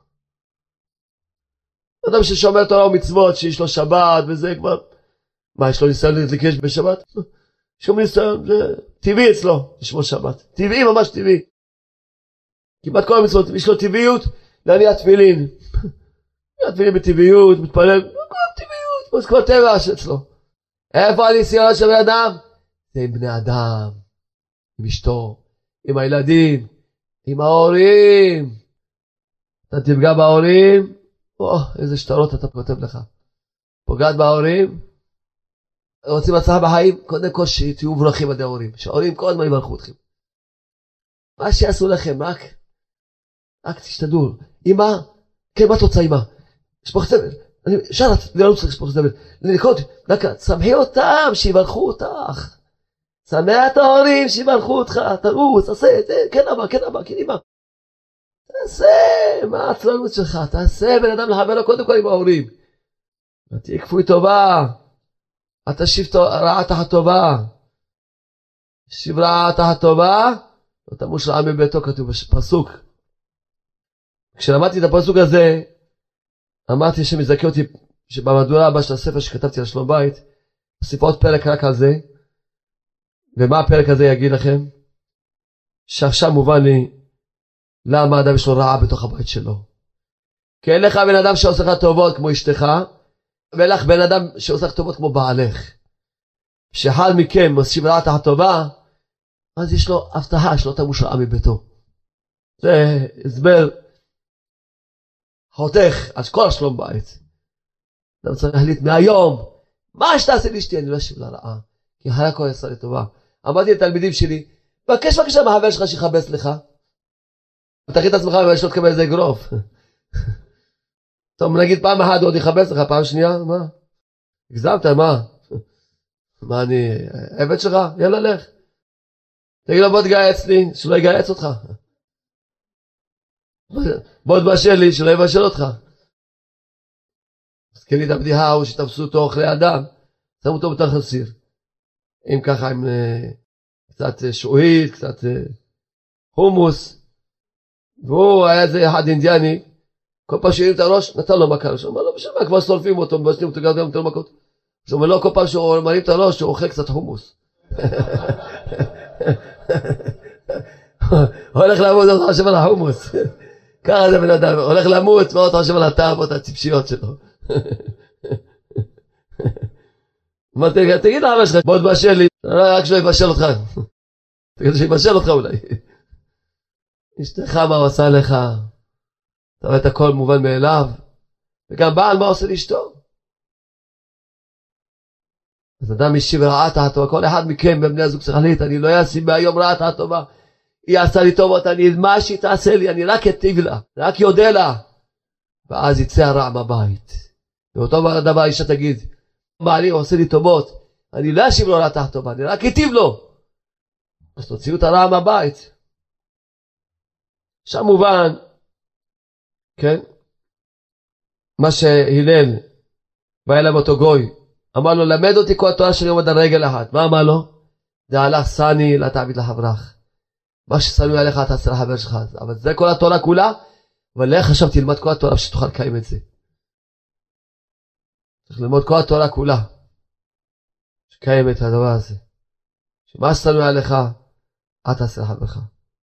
אדם ששומר תורה ומצוות, שיש לו שבת וזה כבר, מה, יש לו ניסיון להתלקש בשבת? שום ניסיון, זה טבעי אצלו, לשמור שבת. טבעי, ממש טבעי. כמעט כל המצוות, יש לו טבעיות להניע תפילין. להניע תפילין בטבעיות, מתפלל, כל טבעיות, זה כבר טבע שאצלו. איפה הניסיון של בן אדם? זה עם בני אדם, עם אשתו, עם הילדים, עם ההורים. אתה תפגע בהורים, או, איזה שטרות אתה כותב לך. פוגעת בהורים, רוצים הצלחה בחיים, קודם כל שתהיו מברכים עד ההורים, שההורים כל הזמן יברכו אתכם. מה שיעשו לכם, רק, רק תשתדלו. אמא, כן, מה את רוצה אמא? שפוך זבל, אני שרת, לא צריך לשפוך זבל, לנקוד, דקה, שמחי אותם, שיברכו אותך. שמח את ההורים, שיברכו אותך, תרוץ, תעשה, כן אבא, כן אבא, כן אמא. תעשה, מה העצלנות שלך, תעשה בן אדם לחבר לו קודם כל עם ההורים. תהיה כפוי טובה. אתה תשיב רעה תחת טובה. תשיב רעה תחת טובה, לא תמוש רעה מביתו, כתוב בפסוק. כשלמדתי את הפסוק הזה, אמרתי שמזכה אותי, שבמהדורה הבאה של הספר שכתבתי על שלום בית, אוסיף עוד פרק רק על זה. ומה הפרק הזה יגיד לכם? שעכשיו מובן לי, למה האדם יש לו רעה בתוך הבית שלו. כי אין לך בן אדם שעושה לך טובות כמו אשתך, ואין לך בן אדם שעושה לך טובות כמו בעלך. כשאחד מכם מוסיף רעה תחת טובה, אז יש לו הבטחה שלא תמוש רעה מביתו. זה הסבר חותך על כל השלום בית. אדם צריך להחליט מהיום, מה שתעשה לאשתי, אני לא אשיב לה רעה, כי אחרי הכל יעשה לי טובה. אמרתי לתלמידים שלי, בקש בקשה מהחבר שלך שיחבס לך. תכין את עצמך ויש לו תקבל איזה אגרוף. טוב, נגיד פעם אחת עוד יחבס לך, פעם שנייה, מה? הגזמת, מה? מה אני, עבד שלך? יאללה, לך. תגיד לו בוא תגייץ לי, שלא יגייץ אותך. בוא תבשל לי שלא יבשל אותך. אז כן לי את הבדיחה הוא שתפסו אותו אוכלי אדם, שמו אותו בתוך הסיר. אם ככה עם uh, קצת uh, שועית, קצת uh, חומוס, והוא היה איזה אחד אינדיאני, כל פעם שהרים את הראש, נתן לו מכה. הוא אומר לו, בשביל מה כבר שורפים אותו, מבשלים אותו, גם נתן לו מכות. הוא אומר לו, כל פעם שהוא מרים את הראש, הוא אוכל קצת חומוס. הולך למות, אתה חושב על החומוס. ככה זה בן אדם, הולך למות, מה אתה חושב על הטעמות הציפשיות שלו. תגיד לאבא שלך, בוא תבשל לי, רק שלא יבשל אותך. תגיד שיבשל אותך אולי. אשתך מה הוא עשה לך, אתה רואה את הכל מובן מאליו, וגם בעל מה עושה לאשתו. אז אדם משיב רעה טובה, כל אחד מכם בבני הזוג צריך להחליט, אני לא אעשה מהיום רעה טובה, היא עשה לי טובות, אני מה שהיא תעשה לי, אני רק אטיב לה, רק יודע לה, ואז יצא הרע מהבית. ואותו דבר אישה תגיד, בעלי עושה לי טובות, אני לא אשיב לו רעה טובה, אני רק אטיב לו. אז תוציאו את הרע מהבית. שם מובן, כן, מה שהילל בא אליו אותו גוי, אמר לו, למד אותי כל התורה שלי עומד על רגל אחת. מה אמר לו? דעלך סני לא תעביד לחברך. מה ששנוא עליך תעשה לחבר שלך. אבל זה כל התורה כולה, אבל לך עכשיו תלמד כל התורה שתוכל לקיים את זה. צריך ללמוד כל התורה כולה, שקיים את הדבר הזה. שמה ששנוא עליך, אל תעשה לחברך.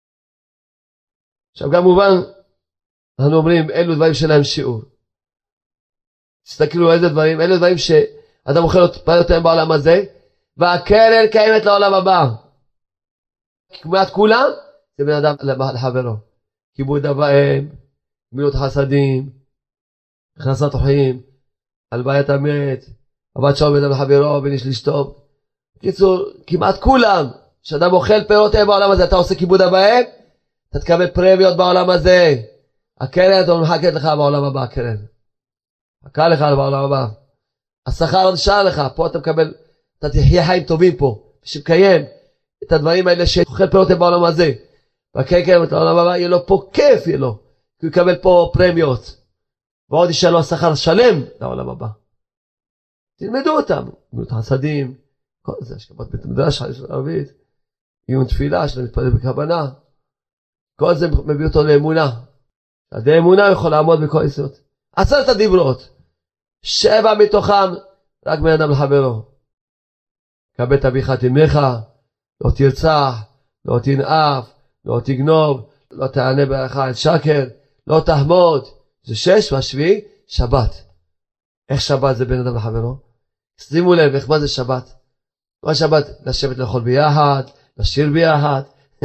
עכשיו גם מובן, אנחנו אומרים, אלו דברים שלהם שיעור. תסתכלו איזה דברים, אלו דברים ש... אדם אוכל אותם בעולם הזה, והקרן קיימת לעולם הבא. כמעט כולם, זה בן אדם לחברו. כיבוד אב ואם, גמילות חסדים, הכנסת אורחים, הלוויית המת, הבת שעובד על חברו, בן איש לאשתו. בקיצור, כמעט כולם, כשאדם אוכל פירות בעולם הזה, אתה עושה כיבוד אב ואם, אתה תקבל פרמיות בעולם הזה. הקרן, אתה מחכת לך בעולם הבא, הקרן. מחכה לך בעולם הבא. השכר נשאר לך, פה אתה מקבל, אתה תחיה חיים טובים פה, שמקיים את הדברים האלה שאוכל פירות בעולם הזה, והקרן קיימת את העולם הבא, יהיה לו פה כיף, יהיה לו, כי הוא יקבל פה פרמיות, ועוד יישאר לו השכר שלם לעולם הבא. תלמדו אותם, גמילות חסדים, כל זה, השקפת בית המדרש, ערבית, עיון תפילה, שלא מתפלל בכוונה, כל זה מביא אותו לאמונה. עד האמונה הוא יכול לעמוד בכל יסוד. עשרת הדיברות, שבע מתוכם, רק בן אדם לחברו. כבד את אביך את אמך, לא תרצח, לא תנאף, לא תגנוב, לא תענה ברכה אל שקר, לא תחמוד. זה שש והשביעי, שבת. איך שבת זה בן אדם לחברו? שימו לב, איך מה זה שבת? מה שבת? לשבת לאכול ביחד, לשיר ביחד.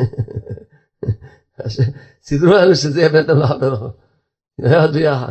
סידרו לנו שזה יהיה בן אדם לחברו. יחד ביחד.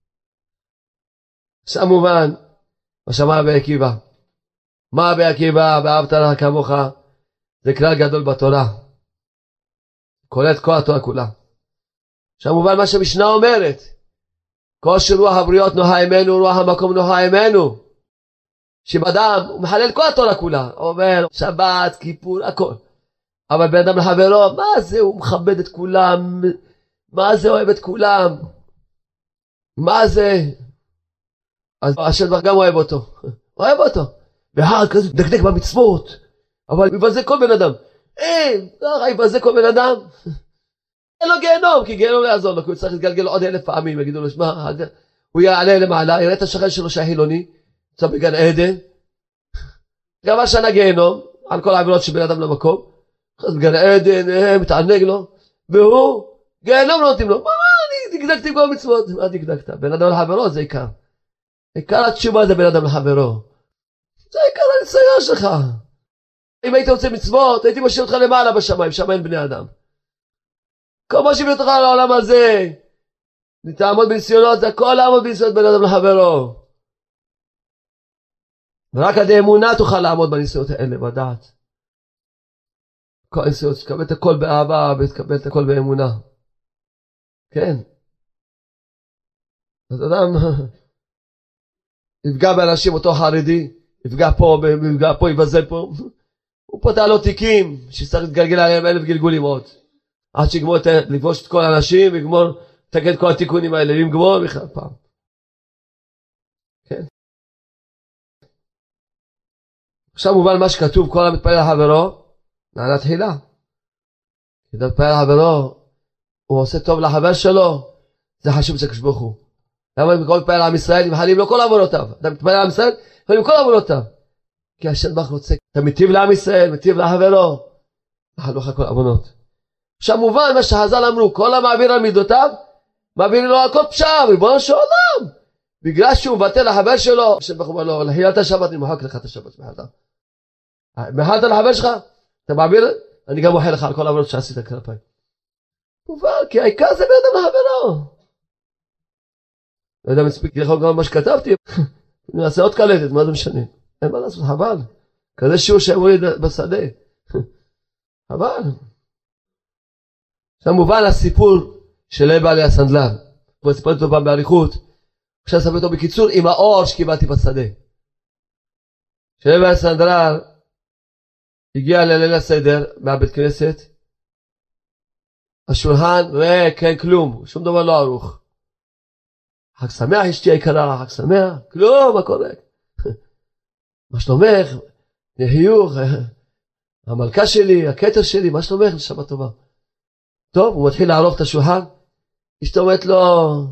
שם מובן, מה שאמר רבי עקיבא. מה רבי עקיבא, ואהבת לך כמוך, זה כלל גדול בתורה. כולל את כל התורה כולה. שם מובן מה שהמשנה אומרת. כל שרוח הבריות נוחה עמנו, רוח המקום נוחה עמנו. שבאדם הוא מחלל כל התורה כולה. הוא אומר, שבת, כיפור, הכל. אבל בן אדם לחברו, מה זה? הוא מכבד את כולם. מה זה אוהב את כולם? מה זה? אז השם דבר גם אוהב אותו. אוהב אותו. והר כזה דקדק במצוות. אבל מבזה כל בן אדם. אין, ככה יבזה כל בן אדם. אין לו גיהנום, כי גיהנום לא יעזור לו, כי הוא צריך להתגלגל עוד אלף פעמים. יגידו לו, שמה, הוא יעלה למעלה, יראה את השכן שלו שהחילוני, נמצא בגן עדן. גם השנה גיהנום, על כל העבירות של בן אדם למקום. אז בגן עדן, מתענג לו. והוא, גיהנום לא נותנים לו. מה, אני דקדקתי כל המצוות. מה דקדקת? בן אדם לחברו, זה עיקר. עיקר התשובה זה בן אדם לחברו. זה עיקר הניסיון שלך. אם היית רוצה מצוות, הייתי משאיר אותך למעלה בשמיים, שם אין בני אדם. כל מה שהביא אותך לעולם הזה, תעמוד בניסיונות, זה הכל לעמוד בניסיונות בין אדם לחברו. ורק עד האמונה תוכל לעמוד בניסיונות האלה, בדעת. כל הניסיונות, תקבל את הכל באהבה, ותקבל את הכל באמונה. כן. אז אדם יפגע באנשים, אותו חרדי, יפגע פה, יפגע פה, יבזה פה. הוא פותח לו תיקים, שצריך להתגלגל עליהם אלף גלגולים עוד. עד שיגמור לבוש את כל האנשים, ויגמור תגיד כל התיקונים האלה, עם גמור בכלל פעם. כן. עכשיו מובן מה שכתוב, כל המתפלל על חברו, נענה תחילה. כדי מתפלל על חברו, הוא עושה טוב לחבר שלו, זה חשוב אצל הקדוש ברוך הוא. למה אם כל מתפלל על עם ישראל, מחלים לו כל עוונותיו. אתה מתפלל על עם ישראל, מחלים כל עוונותיו. כי השם ברוך רוצה, אתה מטיב לעם ישראל, מטיב לחברו, מחל לך כל עוונות. עכשיו מובן מה שחז"ל אמרו, כל המעביר על מידותיו, מעביר לו על כל פשעיו, ריבונו של עולם. בגלל שהוא מבטל לחבר שלו, השם ברוך הוא אומר לו, לחילת השבת, אני מוחק לך את השבת, מחלת. מחלת לחבר שלך, אתה מעביר, אני גם מוחל לך על כל העוונות שעשית כלפיי. מובן, כי העיקר זה בידם לחברו. לא יודע, מספיק לך גם מה שכתבתי, נעשה עוד קלטת, מה זה משנה? אין מה לעשות, חבל. כזה שיעור שאמורי בשדה. חבל. עכשיו מובן הסיפור של בעלי הסנדלר. הוא סיפרתי אותו פעם בעריכות. עכשיו סיפרתי אותו בקיצור עם האור שקיבלתי בשדה. שבעלי הסנדלר הגיע לליל הסדר מהבית כנסת. השולחן ריק, אין כלום, שום דבר לא ערוך. חג שמח אשתי היקרה, חג שמח, כלום, הכל ריק. מה שלומך? חיוך, המלכה שלי, הכתר שלי, מה שלומך? שבת טובה. טוב, הוא מתחיל לערוך את השולחן, אשתו אומרת לו,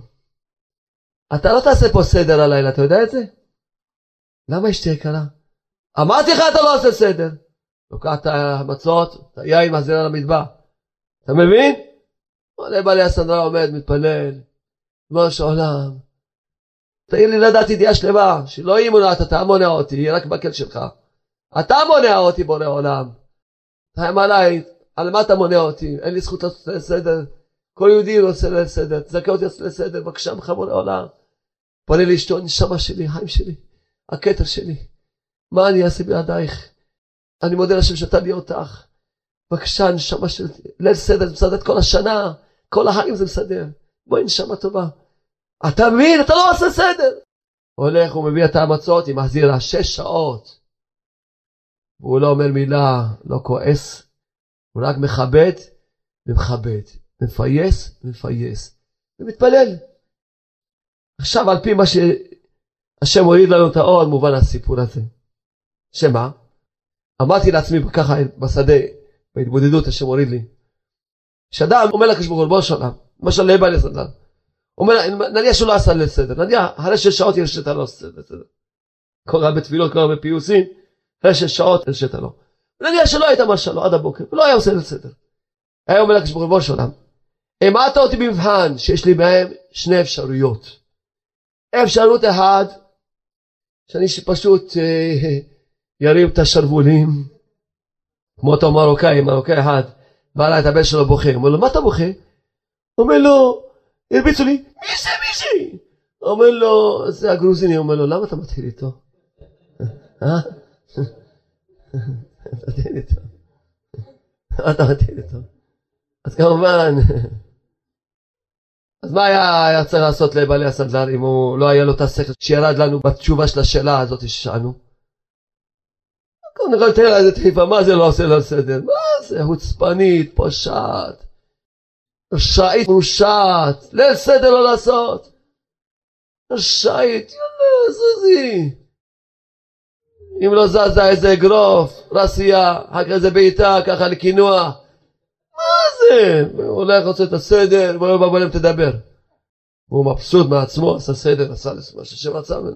אתה לא תעשה פה סדר הלילה, אתה יודע את זה? למה אשתי היקרה? אמרתי לך אתה לא עושה סדר. לוקח את המצות, את היין, מחזיר למטבח. אתה מבין? עולה בעלי הסנדלר עומד, מתפלל, ריבונו של עולם. תגיד לי לדעת ידיעה שלמה, שלא היא מונעת, אתה מונע אותי, היא רק בקל שלך. אתה מונע אותי בורא עולם. תאיים עליי, על מה אתה מונע אותי? אין לי זכות לעשות לסדר. כל יהודי עושה לסדר, תזכה אותי לעשות לסדר, בבקשה ממך בורא עולם. פונה לאשתו, נשמה שלי, חיים שלי, הכתר שלי. מה אני אעשה בלעדייך? אני מודה לשם שאתה לי אותך. בבקשה, נשמה שלי, ליל סדר, זה מסדר את כל השנה, כל החיים זה מסדר. בואי נשמה טובה. אתה מבין? אתה לא עושה סדר. הולך, הוא מביא את המצות, היא מחזירה שש שעות. והוא לא אומר מילה, לא כועס. הוא רק מכבד ומכבד. מפייס ומפייס. ומתפלל. עכשיו על פי מה שהשם הוריד לנו את האור, מובן הסיפור הזה. שמה? אמרתי לעצמי ככה בשדה, בהתבודדות השם הוריד לי. שאדם אומר לקדוש ברוך הוא, ריבונו של עולם, למשל לבעלי הסנדלר. אומר, נניח שהוא לא עשה ליל סדר, נניח, אחרי שש שעות יש שאתה לא עושה ליל סדר. כל רב בתפילות, כל רב בפיוסים, אחרי שש שעות יש שאתה לא. נניח שלא היית מרשה לו עד הבוקר, ולא היה עושה ליל סדר. היה אומר לקדוש ברוך הוא, ריבונו של עולם, העמדת אותי במבחן שיש לי בהם שני אפשרויות. אפשרות אחד, שאני פשוט אה, ירים את השרבולים, כמו אותו מרוקאי, מרוקאי אחד, בא לה את הבן שלו בוכה, אומר לו, מה אתה בוכה? אומר לו, הרביצו לי, מי זה, מי זה? אומר לו, זה הגרוזיני, אומר לו, למה אתה מתחיל איתו? אה? אתה מתחיל איתו. אתה מתחיל איתו. אז כמובן, אז מה היה, היה צריך לעשות לבעלי הסנדלר, אם הוא לא היה לו את השכל שירד לנו בתשובה של השאלה הזאת ששאלנו? קודם כל תראה איזה דחיפה, מה זה לא עושה לו סדר? מה זה? חוצפנית, פושעת, רשעית מרושעת, ליל סדר לא לעשות. רשעית, יאללה, זוזי. אם לא זזה איזה אגרוף, רסייה, אחר כך איזה בעיטה, ככה לכינוע. מה זה? הוא הולך לעשות את הסדר, בואו בואו בואו תדבר. הוא מבסוט מעצמו, עשה סדר, עשה מה ששם רצה ממנו.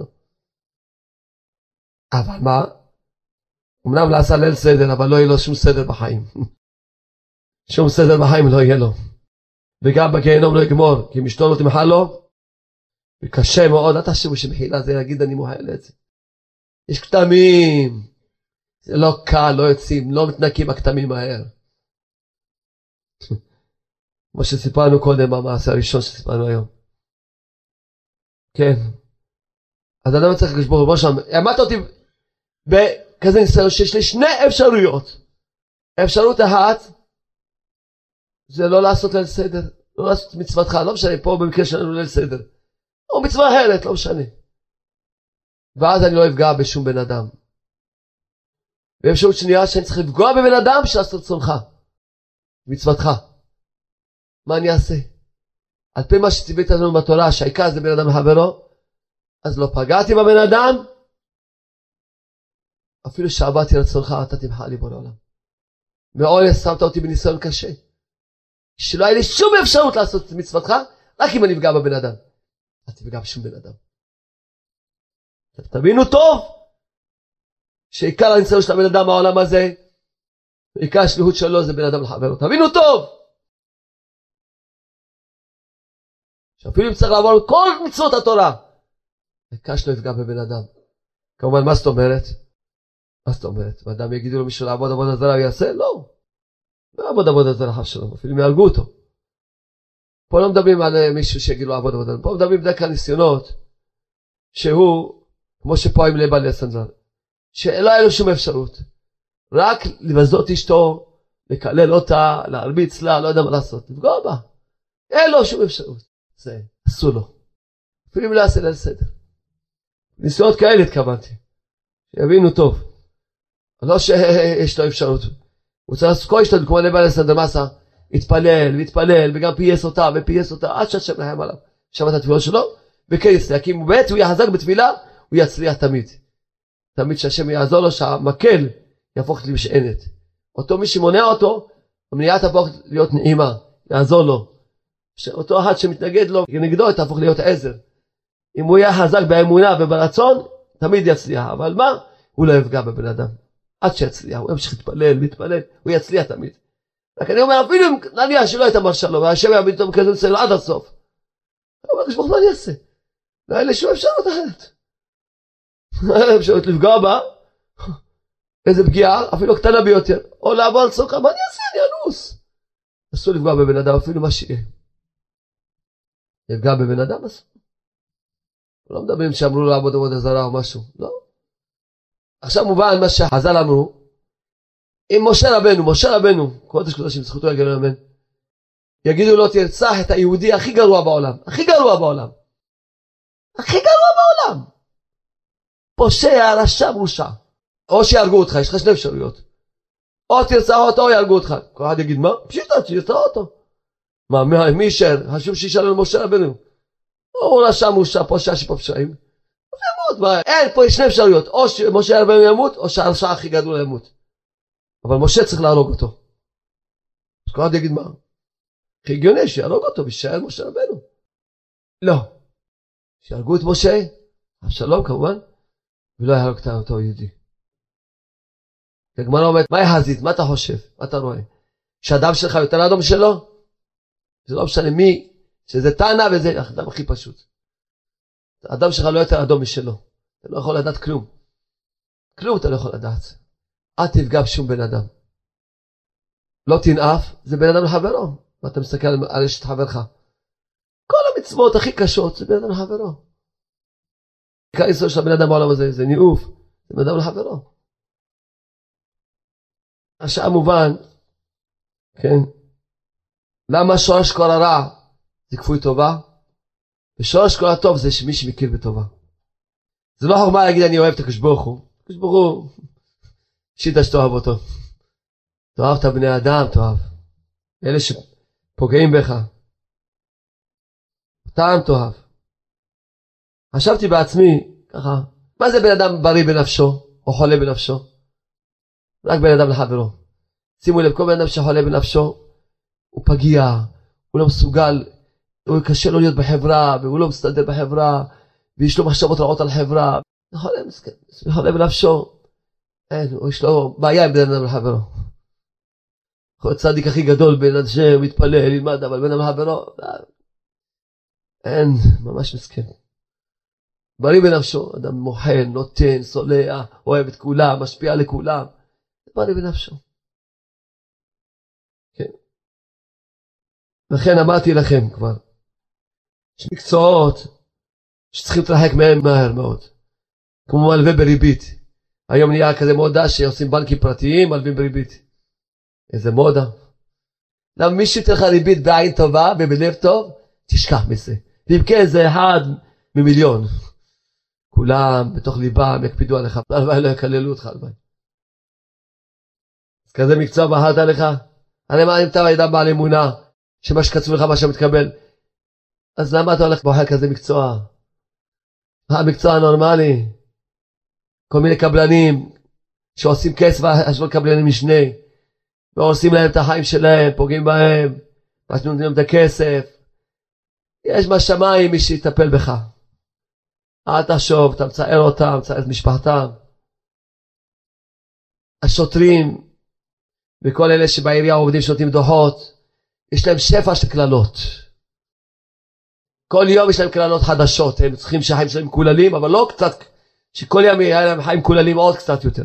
אבל מה? אמנם לא עשה ליל סדר, אבל לא יהיה לו שום סדר בחיים. שום סדר בחיים לא יהיה לו. וגם בגיהנום לא יגמור, כי משתו לא תמחל לו. וקשה מאוד, אל תחשבו שמחילה זה להגיד אני מוחל את זה. יש כתמים. זה לא קל, לא יוצאים, לא מתנקים הכתמים מהר. כמו שסיפרנו קודם במעשה הראשון שסיפרנו היום. כן. אז אדם צריך לשבור בו שם. עמדת אותי בכזה ניסיון שיש לי שני אפשרויות. אפשרות אחת, זה לא לעשות ליל סדר. לא לעשות מצוותך, לא משנה, פה במקרה שלנו ליל סדר. או מצווה אחרת, לא משנה. ואז אני לא אפגע בשום בן אדם. ואפשרות שנייה שאני צריך לפגוע בבן אדם שעשה רצונך. מצוותך. מה אני אעשה? על פי מה שציווית לנו בתורה, שהעיקר זה בין אדם לחברו, אז לא פגעתי בבן אדם, אפילו שעבדתי רצונך, אתה תמחה לי בו לעולם. מעולס שמת אותי בניסיון קשה, שלא היה לי שום אפשרות לעשות את מצוותך, רק אם אני אפגע בבן אדם. אל תפגע בשום בן אדם. תבינו טוב, שעיקר הניסיון של הבן אדם מהעולם הזה, עיקר השליחות שלו זה בן אדם לחברו. תבינו טוב, שאפילו אם צריך לעבור כל מצוות התורה, העיקר שלא יפגע בבן אדם. כמובן, מה זאת אומרת? מה זאת אומרת? ואדם יגידו לו מישהו לעבוד עבודה זרה, הוא יעשה? לא. לא עבוד עבודה זרה חס שלום, אפילו אם יהרגו אותו. פה לא מדברים על מישהו שיגיד לו עבוד עבודה, פה מדברים בדרך כלל ניסיונות, שהוא, כמו שפה עם לבן לסנדרן, שלא היה לו שום אפשרות. רק לבזות אשתו, לקלל אותה, להרביץ לה, לא יודע מה לעשות, לפגוע בה. אין לו שום אפשרות. זה, עשו לו. אפילו אם לא יעשה לה לסדר. ניסיונות כאלה התכוונתי. שיבינו טוב. לא שיש לו אפשרות. הוא צריך לעשות כל השתדלות, כמו לבן לסנדר מסה, התפלל והתפלל, וגם פייס אותה ופייס אותה, עד שהשם להם עליו. שמע את התפילות שלו, וכן יצליח. כי אם הוא בית, הוא יחזק בתפילה, הוא יצליח תמיד. תמיד שהשם יעזור לו, שהמקל יהפוך למשענת. אותו מי שמונע אותו, המניעה תהפוך להיות נעימה, יעזור לו. שאותו אחד שמתנגד לו, נגדו תהפוך להיות עזר. אם הוא יהיה חזק באמונה וברצון, תמיד יצליח. אבל מה? הוא לא יפגע בבן אדם. עד שיצליח, הוא ימשיך להתפלל, להתפלל, הוא יצליח תמיד. רק אני אומר, אפילו אם נניח שלא הייתה מרשה לו, והשם יעביד אותו מכזה אצלו עד הסוף. הוא אומר, תשמח מה אני אעשה? לא היה לי שום אפשרות אחרת. לא היה לי אפשרות לפגוע בה, איזה פגיעה, אפילו קטנה ביותר, או לעבור על צורך, מה אני אעשה? אני אנוס. אסור לפגוע בבן אדם, אפילו מה שיהיה. לפגוע בבן אדם אסור. לא מדברים שאמרו לו לעבוד עבודה זרה או משהו, לא. עכשיו מובן מה שחז"ל אמרו, אם משה רבנו, משה רבנו, קודש קודשים זכותו יגן אמן, יגידו לו תרצח את היהודי הכי גרוע בעולם, הכי גרוע בעולם, הכי גרוע בעולם, פושע, רשע, מרושע, או שיהרגו אותך, יש לך שני אפשרויות, או תרצח אותו או יהרגו אותך. כל אחד יגיד מה? פשיטה, תרצח אותו. מה, מי יישאר? חשוב שישאר לנו משה רבנו, או רשע, מרושע, פושע שפושעים, ימות, מה? אין, פה יש שני אפשרויות, או שמשה רבנו ימות, או שהרשע הכי גדול ימות. אבל משה צריך להרוג אותו. אז כל אחד יגיד מה? הכי הגיוני שיהרוג אותו וישאר משה רבנו. לא. שיהרגו את משה, אבשלום כמובן, ולא יהרוג אותו יהודי. הגמרא אומרת, מה החזית? מה אתה חושב? מה אתה רואה? שהדם שלך יותר אדום שלו? זה לא משנה מי, שזה תנא וזה האדם הכי פשוט. האדם שלך לא יותר אדום משלו. אתה לא יכול לדעת כלום. כלום אתה לא יכול לדעת. אל תפגע בשום בן אדם. לא תנאף, זה בן אדם לחברו. ואתה מסתכל על אשת חברך. כל המצוות הכי קשות זה בן אדם לחברו. עיקר יסוד של הבן אדם בעולם הזה, זה ניאוף, זה בן אדם לחברו. השעה מובן, כן, למה שורש כל הרע זה כפוי טובה, ושורש כל הטוב זה שמי שמכיר בטובה. זה לא חוכמה להגיד אני אוהב את הקדוש ברוך הוא, הקדוש ברוך הוא שיטה שתאהב אותו, תאהב את בני האדם, תאהב אלה שפוגעים בך, אותם תאהב. חשבתי בעצמי ככה, מה זה בן אדם בריא בנפשו או חולה בנפשו? רק בן אדם לחברו. שימו לב, כל בן אדם שחולה בנפשו הוא פגיע, הוא לא מסוגל, הוא קשה לו להיות בחברה והוא לא מסתדר בחברה ויש לו מחשבות רעות על חברה. חולה מסכן, חולה בנפשו, אין, יש לו בעיה עם בן אדם לחברו. יכול להיות צדיק הכי גדול בן אדם שמתפלל, ילמד, אבל בן אדם לחברו אין, ממש מסכן. בריא בנפשו, אדם מוחל, נותן, סולח, אוהב את כולם, משפיע לכולם. בריא בנפשו. כן. לכן אמרתי לכם כבר, יש מקצועות שצריכים להתרחק מהם מהר מאוד. כמו מלווה בריבית. היום נהיה כזה מודה שעושים בנקים פרטיים, מלווים בריבית. איזה מודה. למה מי שייתן לך ריבית בעין טובה ובלב טוב, תשכח מזה. ואם כן זה אחד ממיליון. כולם בתוך ליבם יקפידו עליך, הלוואי לא יקללו אותך הלוואי. אז כזה מקצוע בחרת לך, הרי מה אם אתה אדם בעל אמונה, שמה שקצבו לך מה שמתקבל, אז למה אתה הולך בוחר כזה מקצוע? המקצוע הנורמלי. כל מיני קבלנים שעושים כסף ועשו קבלנים משנה, ועושים להם את החיים שלהם, פוגעים בהם, ונותנים להם את הכסף. יש בשמיים מי שיטפל בך. אל תחשוב, אתה מצער אותם, מצער את משפחתם. השוטרים וכל אלה שבעירייה עובדים שנותנים דוחות, יש להם שפע של כללות. כל יום יש להם כללות חדשות, הם צריכים שהחיים שלהם כוללים, אבל לא קצת, שכל יום יהיה להם חיים כוללים עוד קצת יותר.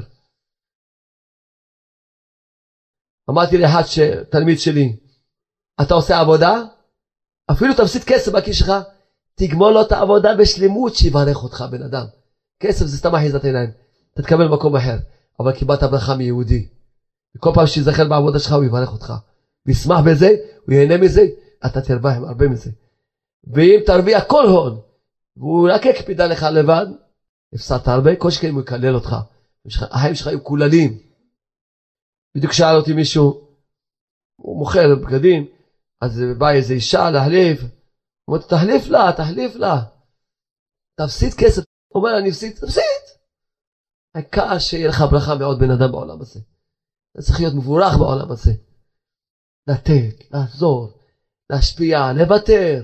אמרתי לאחד תלמיד שלי, אתה עושה עבודה, אפילו תפסיד כסף בכיס שלך, תגמול לו את העבודה בשלמות שיברך אותך בן אדם. כסף זה סתם אחיזת עיניים, אתה תקבל במקום אחר, אבל קיבלת ברכה מיהודי. וכל פעם שיזכר בעבודה שלך הוא יברך אותך. וישמח בזה, הוא ייהנה מזה, אתה תרוויח הרבה מזה. ואם תרוויח כל הון, והוא רק יקפיד עליך לבד, הפסדת הרבה, כל שכן הוא יקלל אותך. החיים שלך יהיו כוללים. בדיוק שאל אותי מישהו, הוא מוכר בגדים, אז בא איזו אישה להחליף, הוא אומר, תחליף לה, תחליף לה. תפסיד כסף. הוא אומר, אני אפסיד, תפסיד. העיקר שיהיה לך ברכה מאוד בן אדם בעולם הזה. אתה צריך להיות מבורך בעולם הזה. לתת, לעזור, להשפיע, לוותר.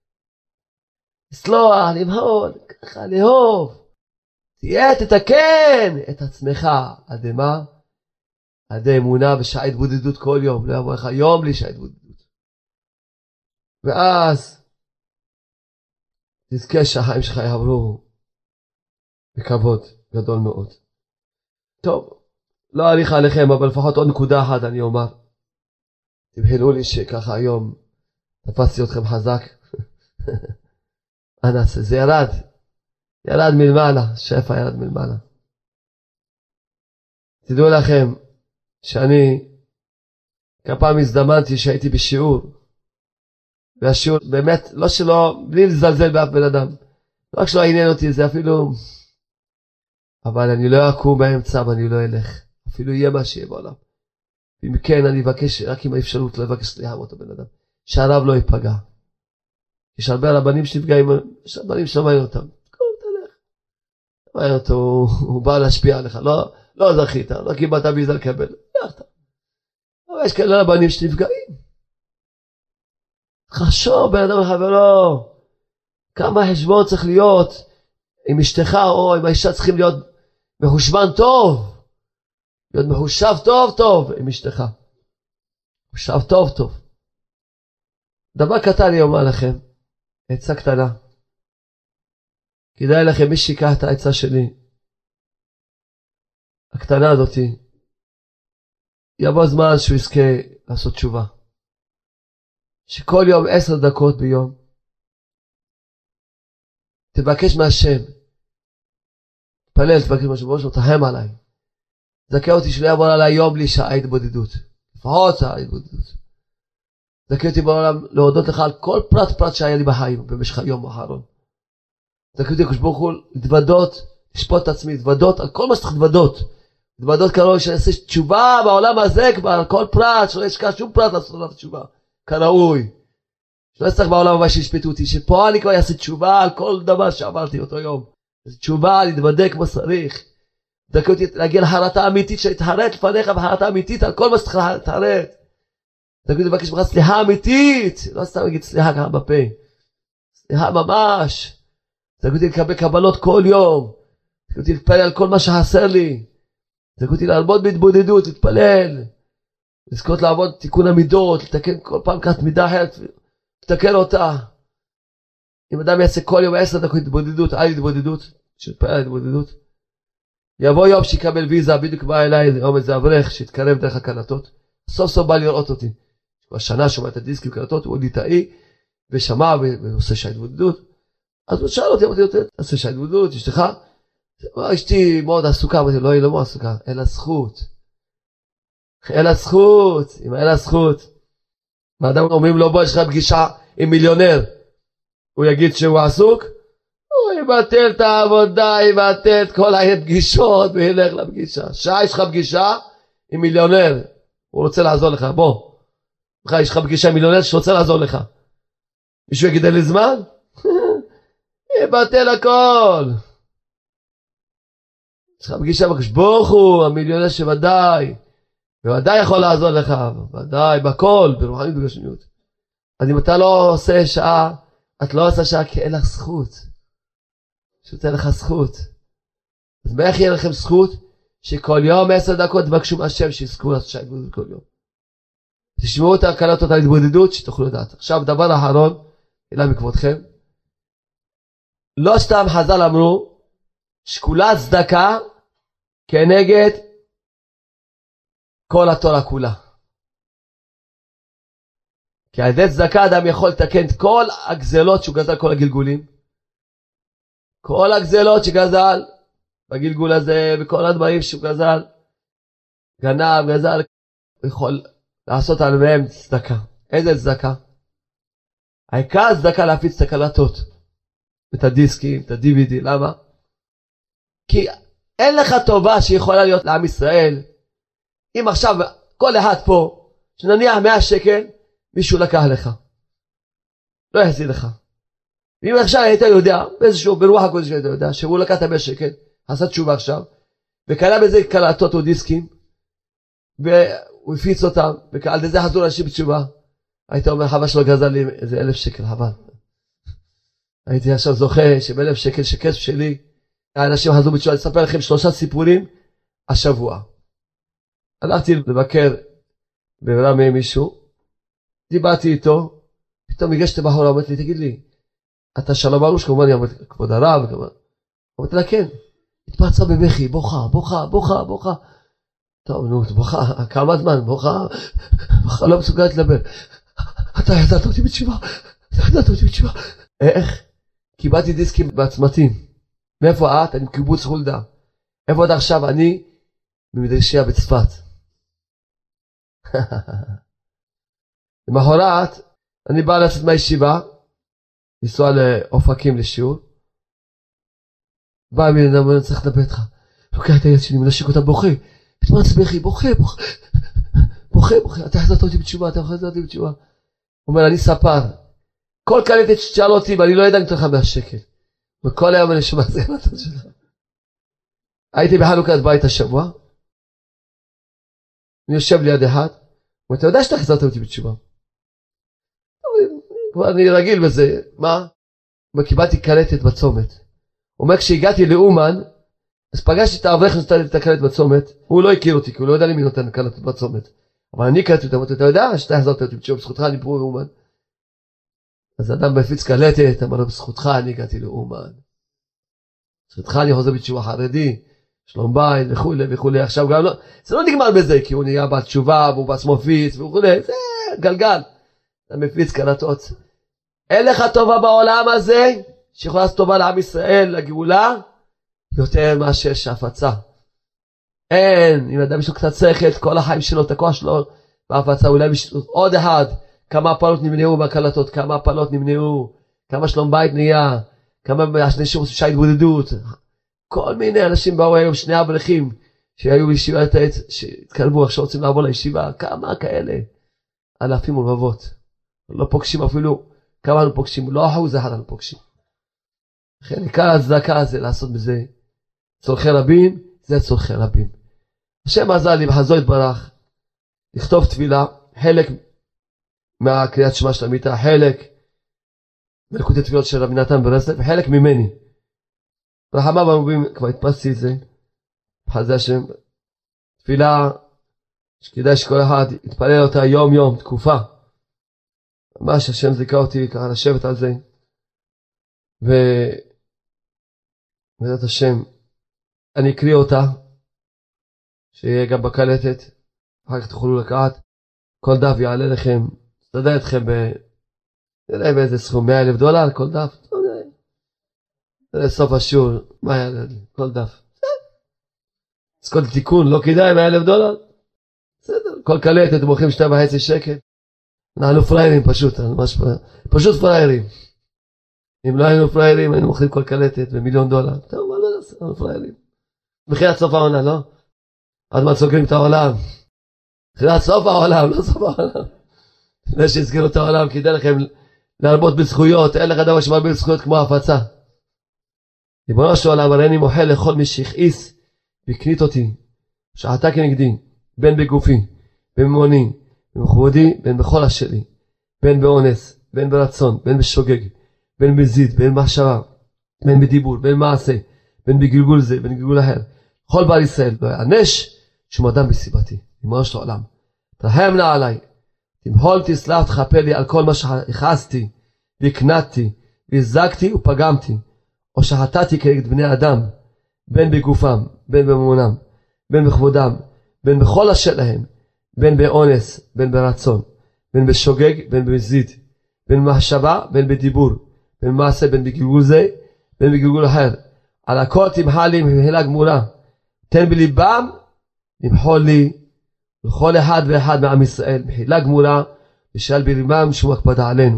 לסלוח, למהול, ככה לאהוב. תהיה, תתקן את עצמך. עד מה? עד אמונה ושעה התבודדות כל יום. לא יבוא לך יום בלי שעה התבודדות. ואז תזכה שהחיים שלך יעברו בכבוד גדול מאוד. טוב, לא אריך עליכם, אבל לפחות עוד נקודה אחת אני אומר. תבחנו לי שככה היום תפסתי אתכם חזק. אנס, זה ירד. ירד מלמעלה, שפע ירד מלמעלה. תדעו לכם שאני כמה פעם הזדמנתי שהייתי בשיעור, והשיעור באמת, לא שלא, בלי לזלזל באף בן אדם, לא רק שלא עניין אותי, זה אפילו, אבל אני לא אקום באמצע ואני לא אלך, אפילו יהיה מה שיהיה בעולם. ואם כן, אני אבקש, רק עם האפשרות לא אבקש סליחה מאותו בן אדם, שהרב לא ייפגע. יש הרבה רבנים שנפגעים, יש רבנים שלא מעניין אותם, קום תלך. לא מעניין אותו, הוא, הוא בא להשפיע עליך, לא, לא זכית, לא קיבלת ויזה לקבל, הלכת. אבל יש כאלה רבנים שנפגעים. חשוב בן אדם לחברו, כמה חשבון צריך להיות עם אשתך או עם האישה, צריכים להיות מחושבן טוב, להיות מחושב טוב טוב עם אשתך, מחושב טוב טוב. דבר קטן אני אומר לכם, עצה קטנה, כדאי לכם מי שיקח את העצה שלי הקטנה הזאתי, יבוא זמן שהוא יזכה לעשות תשובה, שכל יום עשר דקות ביום תבקש מהשם, תפלל, תבקש מהשם, בראש תרחם עליי, זכה אותי שלא יעבור עליי יום בלי שעה התבודדות, לפחות שעה התבודדות. זכה אותי בעולם להודות לך על כל פרט פרט שהיה לי בחיים במשך היום האחרון. זכה אותי הקדוש ברוך הוא להתוודות, לשפוט את עצמי, להתוודות על כל מה שצריך להתוודות. להתוודות כראוי שאני אעשה תשובה בעולם הזה כבר על כל פרט, שלא ישכח שום פרט לעשות את התשובה כראוי. שלא יצטרך בעולם הבא שישפטו אותי, שפה אני כבר אעשה תשובה על כל דבר שעברתי אותו יום. תשובה, להתוודק כמו צריך. זכה אותי להגיע לחרטה אמיתית, שלהתחרט לפניך בחרטה אמיתית על כל מה שצריך להתחרט. זכה אותי לבקש ממך סליחה אמיתית, לא סתם להגיד סליחה ככה בפה. סליחה ממש. זכה אותי לקבל קבלות כל יום. זכה אותי להתפלל על כל מה שחסר לי. זכה אותי לעבוד בהתבודדות, להתפלל. לזכות לעבוד תיקון המידות, לתקן כל פעם כת מידה אחרת, לתקן אותה. אם אדם יעשה כל יום עשר דקות התבודדות, על התבודדות, שתפעל על התבודדות, יבוא יום שיקבל ויזה, בדיוק בא אליי, יום איזה אברך, שיתקרב דרך הקלטות, סוף סוף בא לראות אותי. בשנה שומע את הדיסקים קלטות, הוא ליטאי, ושמע ועושה שההתבודדות. אז הוא שאל אותי, אמרתי לו, תעשה שההתבודדות, אשתך? אשתי מאוד עסוקה, אמרתי לו, לא, היא לא מאוד עסוקה, אין לה זכות. אין לה זכות, אם אין לה זכות. ואדם אומרים לו, בוא, יש לך פגישה עם מיליונר. הוא יגיד שהוא עסוק, הוא יבטל את העבודה, יבטל את כל הפגישות, וילך לפגישה. שעה יש לך פגישה עם מיליונר, הוא רוצה לעזור לך, בוא. יש לך פגישה עם מיליונר שרוצה לעזור לך. מישהו יגיד לי זמן? יבטל הכל. יש לך פגישה בקדוש ברוך הוא, המיליונר שוודאי, וודאי יכול לעזור לך, ודאי, בכל, ברוחניות ובגשמיות. אז אם אתה לא עושה שעה, את לא עושה שעה כי אין לך זכות. פשוט אין לך זכות. אז מאיך יהיה לכם זכות? שכל יום עשר דקות תבקשו מהשם שיזכו לעשות שעה התבודדות כל יום. תשמעו את ההקלטות על התבודדות שתוכלו לדעת. עכשיו דבר אחרון, אלא מכבודכם. לא סתם חז"ל אמרו, שקולה צדקה כנגד כל התורה כולה. כי על ידי צדקה אדם יכול לתקן את כל הגזלות שהוא גזל, כל הגלגולים. כל הגזלות שגזל בגלגול הזה, וכל הדברים שהוא גזל, גנב, גזל, הוא יכול לעשות על מהם צדקה. איזה צדקה? העיקר צדקה להפיץ את הקלטות, את הדיסקים, את ה-די וי די. למה? כי אין לך טובה שיכולה להיות לעם ישראל. אם עכשיו כל אחד פה, שנניח מאה שקל, מישהו לקח לך, לא יחזיר לך. ואם עכשיו היית יודע, באיזשהו ברוח הקודש היית יודע, שהוא לקח את המאה שקל, עשה תשובה עכשיו, וקנה בזה קלטות או דיסקים, והוא הפיץ אותם, ועל זה חזרו אנשים בתשובה, היית אומר, חבל שלא גזל לי איזה אלף שקל, חבל. הייתי עכשיו זוכה שבאלף שקל שכסף שלי, האנשים חזרו בתשובה. אני אספר לכם שלושה סיפורים השבוע. הלכתי לבקר ברמי מישהו, דיברתי איתו, פתאום הגשתי בחורה, אמרתי לי, תגיד לי, אתה שלום ארוש? כמובן, אמרתי, כבוד הרב, אמרתי לה, כן. התפרצה בבכי, בוכה, בוכה, בוכה, בוכה. טוב, נו, בוכה, כמה זמן, בוכה, בוכה, לא מסוגלת לדבר. אתה ידעת אותי בתשובה, אתה ידעת אותי בתשובה. איך? קיבלתי דיסקים בעצמתים. מאיפה את? אני מקיבוץ חולדה. איפה עד עכשיו? אני במדרשייה בצפת. למחרת, אני בא לצאת מהישיבה, לנסוע לאופקים לשיעור. בא מי אדם, אני צריך לדבר איתך. לוקח את היד שלי, מנשק אותה, בוכה. התמרץ בכי, בוכה, בוכה. בוכה, בוכה. אתה החזרת אותי בתשובה, אתה החזרת אותי בתשובה. הוא אומר, אני ספר. כל קלטת שתשאל אותי, ואני לא יודע, אני אתן לך מהשקל. וכל היום אני שומע זה קלטות שלך. הייתי בחנוכת בית השבוע. אני יושב ליד אחד. ואתה יודע שאתה החזרת אותי בתשובה. כבר אני רגיל בזה. מה? וקיבלתי קלטת בצומת. הוא אומר, כשהגעתי לאומן, אז פגשתי את האברך נותן לי את הקלטת בצומת. הוא לא הכיר אותי, כי הוא לא יודע לי מי נותן קלטת בצומת. אבל אני קלטתי אותה, אתה יודע שאתה החזרת אותי בתשובה, בזכותך אני פה באומן. אז אדם בפיץ קלטת, אמר לו, בזכותך אני הגעתי לאומן. בזכותך אני חוזר בתשובה חרדי, שלום בית וכו' וכו'. עכשיו גם לא, זה לא נגמר בזה, כי הוא נהיה בת תשובה, והוא בעצמו פיץ וכו'. זה גלגל. אתה מפיץ קלטות. אין לך טובה בעולם הזה, שיכולה לעשות טובה לעם ישראל, לגאולה, יותר מאשר שהפצה. אין, אם אדם יש לו קצת שכל, כל החיים שלו, את הכוח שלו, בהפצה, אולי עוד אחד, כמה הפעלות נמנעו בהקלטות, כמה הפעלות נמנעו, כמה שלום בית נהיה, כמה אנשים עושים שעה התבודדות, כל מיני אנשים באו היום, שני אברכים, שהיו בישיבת העץ, שהתקרבו עכשיו רוצים לעבור לישיבה, כמה כאלה, אלפים ולבבות. לא פוגשים אפילו, כמה אנחנו פוגשים, לא אחוז אחד אנחנו פוגשים. לכן, עיקר ההצדקה הזה לעשות בזה, צורכי רבים, זה צורכי רבים. השם עזר לי בחזור יתברך, לכתוב תפילה, חלק מהקריאת שמע של המיטה, חלק מלכות התפילות של רבי נתן ברסלב, וחלק ממני. רחמה במובים, כבר התפסתי את זה, בחזה השם, תפילה שכדאי שכל אחד יתפלל אותה יום יום, תקופה. ממש השם זיקה אותי ככה לשבת על זה, ובעזרת השם, אני אקריא אותה, שיהיה גם בקלטת, אחר כך תוכלו לקחת, כל דף יעלה לכם, תדע אתכם ב... נראה באיזה סכום, מאה אלף דולר, כל דף, לא יודע, לסוף השיעור, מה יעלה לי, כל דף. אז כל תיקון, לא כדאי, מאה אלף דולר, בסדר, כל קלטת, אתם מוכרים שתיים וחצי שקל, אנחנו פריירים פשוט, פשוט פריירים. אם לא היינו פריירים, היינו מוכרים כל קלטת במיליון דולר. טוב, מה לא נעשה? אנחנו פריירים. מחירת סוף העונה, לא? עד מה סוגרים את העולם. מחירת סוף העולם, לא סוף העולם. לפני שהזכירו את העולם, כדאי לכם להרבות בזכויות, אין לך דבר שמרבה בזכויות כמו הפצה. ריבונו של עולם, הריני מוחל לכל מי שהכעיס והקנית אותי, שעתה כנגדי, בין בגופי, בין בממוני, בין בכבודי, בין בכל השלי, בין באונס, בין ברצון, בין בשוגג, בין בזיד, בין במחשבה, בין בדיבור, בין מעשה, בין בגלגול זה, בין בגלגול אחר. כל בר ישראל לא יענש שום אדם בסיבתי. ריבונו של עולם, תרחם נא עליי, תמחול תסלח תכפר לי על כל מה שהכעסתי והקנתי והזקתי ופגמתי או שחטאתי כנגד בני אדם, בין בגופם, בין בממונם, בין בכבודם, בין בכל אשר להם, בין באונס, בין ברצון, בין בשוגג, בין במזיד, בין במחשבה, בין בדיבור, בין במעשה, בין בגלגול זה, בין בגלגול אחר. על הכל תמחל לי במחילה גמורה, תן בליבם למחול לי לכל אחד ואחד מעם ישראל, מחילה גמורה, ושאל בליבם שום הקפדה עלינו.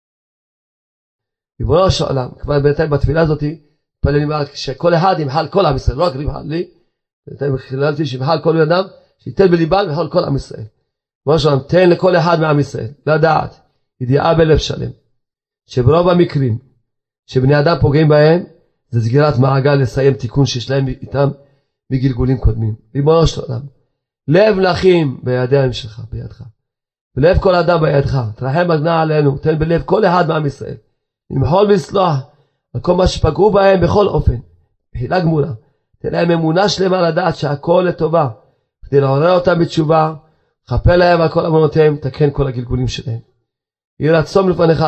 ריבונו של עולם, כבר בינתיים בתפילה הזאת, פללים שכל אחד ימחל כל עם ישראל, לא רק ימחל לי, בינתיים חיללתי שימחל כל בן אדם, שייתן בליבם ימחל כל עם ישראל. ריבונו של עולם, תן לכל אחד מעם ישראל, לדעת, ידיעה בלב שלם, שברוב המקרים, שבני אדם פוגעים בהם, זה סגירת מעגל לסיים תיקון שיש להם איתם מגלגולים קודמים. ריבונו של עולם, לב מלכים בידיים שלך, בידך. ולב כל אדם בידך. תרחם הגנה עלינו, תן בלב כל אחד מעם ישראל. למחול ולסלוח על כל מה שפגעו בהם בכל אופן. מחילה גמורה. תן להם אמונה שלמה לדעת שהכל לטובה. כדי לעורר אותם בתשובה, חפר להם על כל אמונותיהם, תקן כל הגלגולים שלהם. יהי רצון לפניך,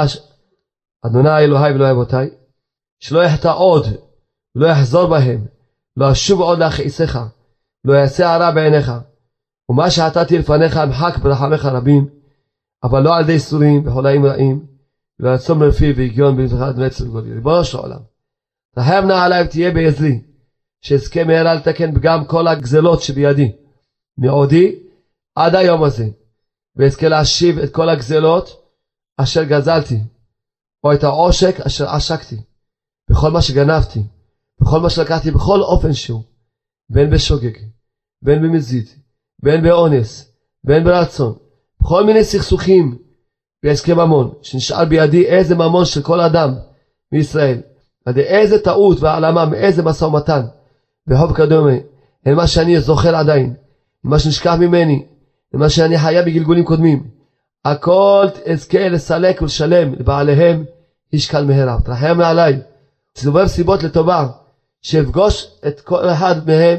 אדוני אלוהי ואלוהי אבותיי, שלא יחטא עוד, ולא יחזור בהם, לא אשוב עוד להכעיסך, לא יעשה הרע בעיניך. ומה שעתתי לפניך אמחק ברחמך רבים, אבל לא על ידי איסורים וחולאים רעים, ולא רצון מרפי והגיון בנתך עד נצח וגולי. ריבונו של עולם, רחם נא עליי ותהיה בעזרי, שאזכה מהרה לתקן גם כל הגזלות שבידי, מעודי עד היום הזה, ואזכה להשיב את כל הגזלות אשר גזלתי, או את העושק אשר עשקתי, בכל מה שגנבתי, בכל מה שלקחתי, בכל אופן שהוא, בין בשוגג, בין במזיד, בין באונס, בין ברצון, בכל מיני סכסוכים בהסכם ממון, שנשאר בידי איזה ממון של כל אדם מישראל, עד איזה טעות והעלמה, מאיזה משא ומתן, וחוב קדומה, אין מה שאני זוכר עדיין, אין מה שנשכח ממני, אין מה שאני חיה בגלגולים קודמים, הכל אזכה לסלק ולשלם לבעליהם, איש קל מהרה. תרחם עליי, סובב סיבות לטובה, שאפגוש את כל אחד מהם,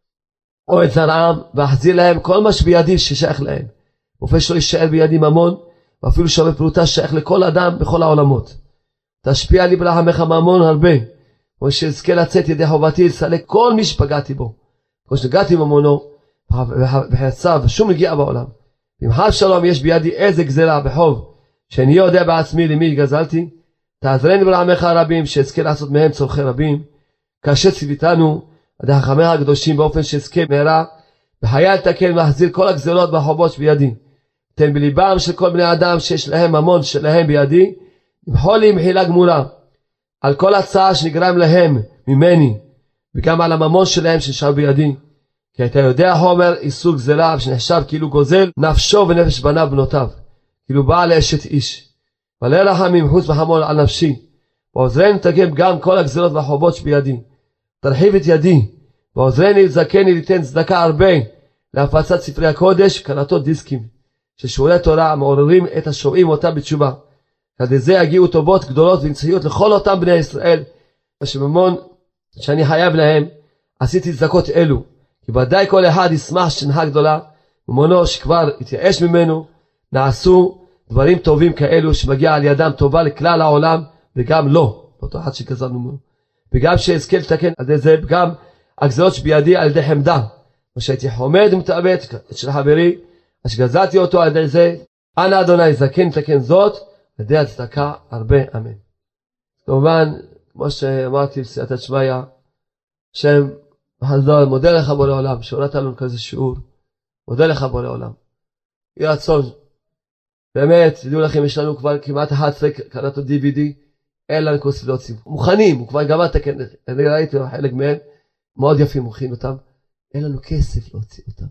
או את זרעם, ואחזיר להם כל מה שבידי ששייך להם. אופן שלא יישאר בידי ממון, ואפילו שווה פרוטה שייך לכל אדם בכל העולמות. תשפיע לי ברחמך ממון הרבה, או שאזכה לצאת ידי חובתי לסלק כל מי שפגעתי בו. כמו שנגעתי ממונו, וחצב, ושום נגיעה בעולם. אם חס שלום יש בידי איזה גזלה בחוב, שאני יודע בעצמי למי גזלתי, תעזרני ברחמך הרבים, שאזכה לעשות מהם צורכי רבים, כאשר ציוויתנו, עד חכמיך הקדושים באופן שאזכה מהרה, בחיי לתקן ולהחזיר כל הגזלות והחובות שבידי. תן בליבם של כל בני אדם שיש להם ממון שלהם בידי, למחול לי מחילה גמורה, על כל הצעה שנגרם להם ממני, וגם על הממון שלהם שנשאר בידי. כי אתה יודע חומר איסור גזלה, שנחשב כאילו גוזל נפשו ונפש בניו בנותיו, כאילו בא לאשת איש. מלא רחמים חוץ וחמול על נפשי, ועוזרני לתקן גם כל הגזלות והחובות שבידי. תרחיב את ידי, ועוזרני לזכני ליתן צדקה הרבה, להפצת ספרי הקודש, קלטות דיסקים, ששיעורי תורה מעוררים את השומעים אותם בתשובה. כדי זה יגיעו טובות גדולות ונצחיות לכל אותם בני ישראל, ושממון שאני חייב להם, עשיתי צדקות אלו, כי ודאי כל אחד ישמח שנחה גדולה, ממונו שכבר התייאש ממנו, נעשו דברים טובים כאלו שמגיע על ידם טובה לכלל העולם, וגם לא, אותו אחד שגזלנו ממנו. וגם שאזכה לתקן על ידי זה, גם הגזלות שבידי על ידי חמדה, מה שהייתי חומד ומתאבד את של חברי, אשר גזלתי אותו על ידי זה, אנא אדוני זקן לתקן זאת, על ידי הצדקה הרבה אמן. כמובן, כמו שאמרתי בסייעתא דשמיא, שם חז"ל, מודה לך בורא עולם, שהורדת לנו כזה שיעור, מודה לך בורא עולם. יהי רצון, באמת, תדעו לכם, יש לנו כבר כמעט אחת עשרה קלטות די וי די, אין לנו כוס להוציא, מוכנים, הוא כבר גמר לתקן, אני ראיתי חלק מהם, מאוד יפים מוכנים אותם, אין לנו כסף להוציא אותם.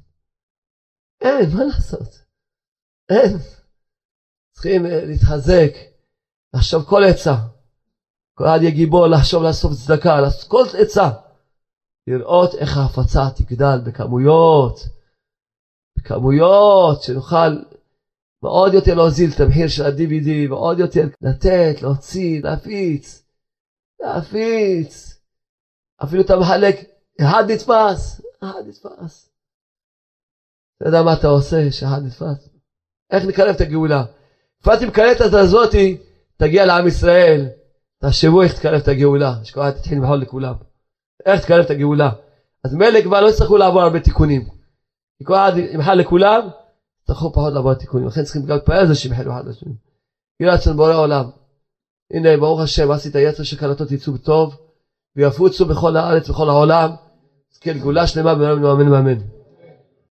אין, מה לעשות? אין. צריכים להתחזק, לחשוב כל עצה. כל אחד יהיה גיבור לחשוב לאסוף צדקה, לעשות כל עצה. לראות איך ההפצה תגדל בכמויות. בכמויות שנוכל מאוד יותר להוזיל את המחיר של ה-די וי די, ועוד יותר לתת, להוציא, להפיץ. להפיץ. אפילו אתה מחלק, אחד נתפס, אחד נתפס. אתה יודע מה אתה עושה שאחד נתפס? איך נקרב את הגאולה? כפת עם קלטת הזאת, תגיע לעם ישראל. תחשבו איך תקרב את הגאולה. שכל אחד תתחיל למחול לכולם. איך תקרב את הגאולה? אז מלך כבר לא יצטרכו לעבור הרבה תיקונים. כי כל אחד ימחל לכולם, יצטרכו פחות לעבור תיקונים. לכן צריכים גם להתפעל זה שימחלו אחד לשני. יראה אצלנו בורא עולם. הנה, ברוך השם, עשית יצר שקלטות יצאו טוב, ויפוצו בכל הארץ ובכל העולם. זכה לגאולה שלמה, ואמן ואמן ואמן.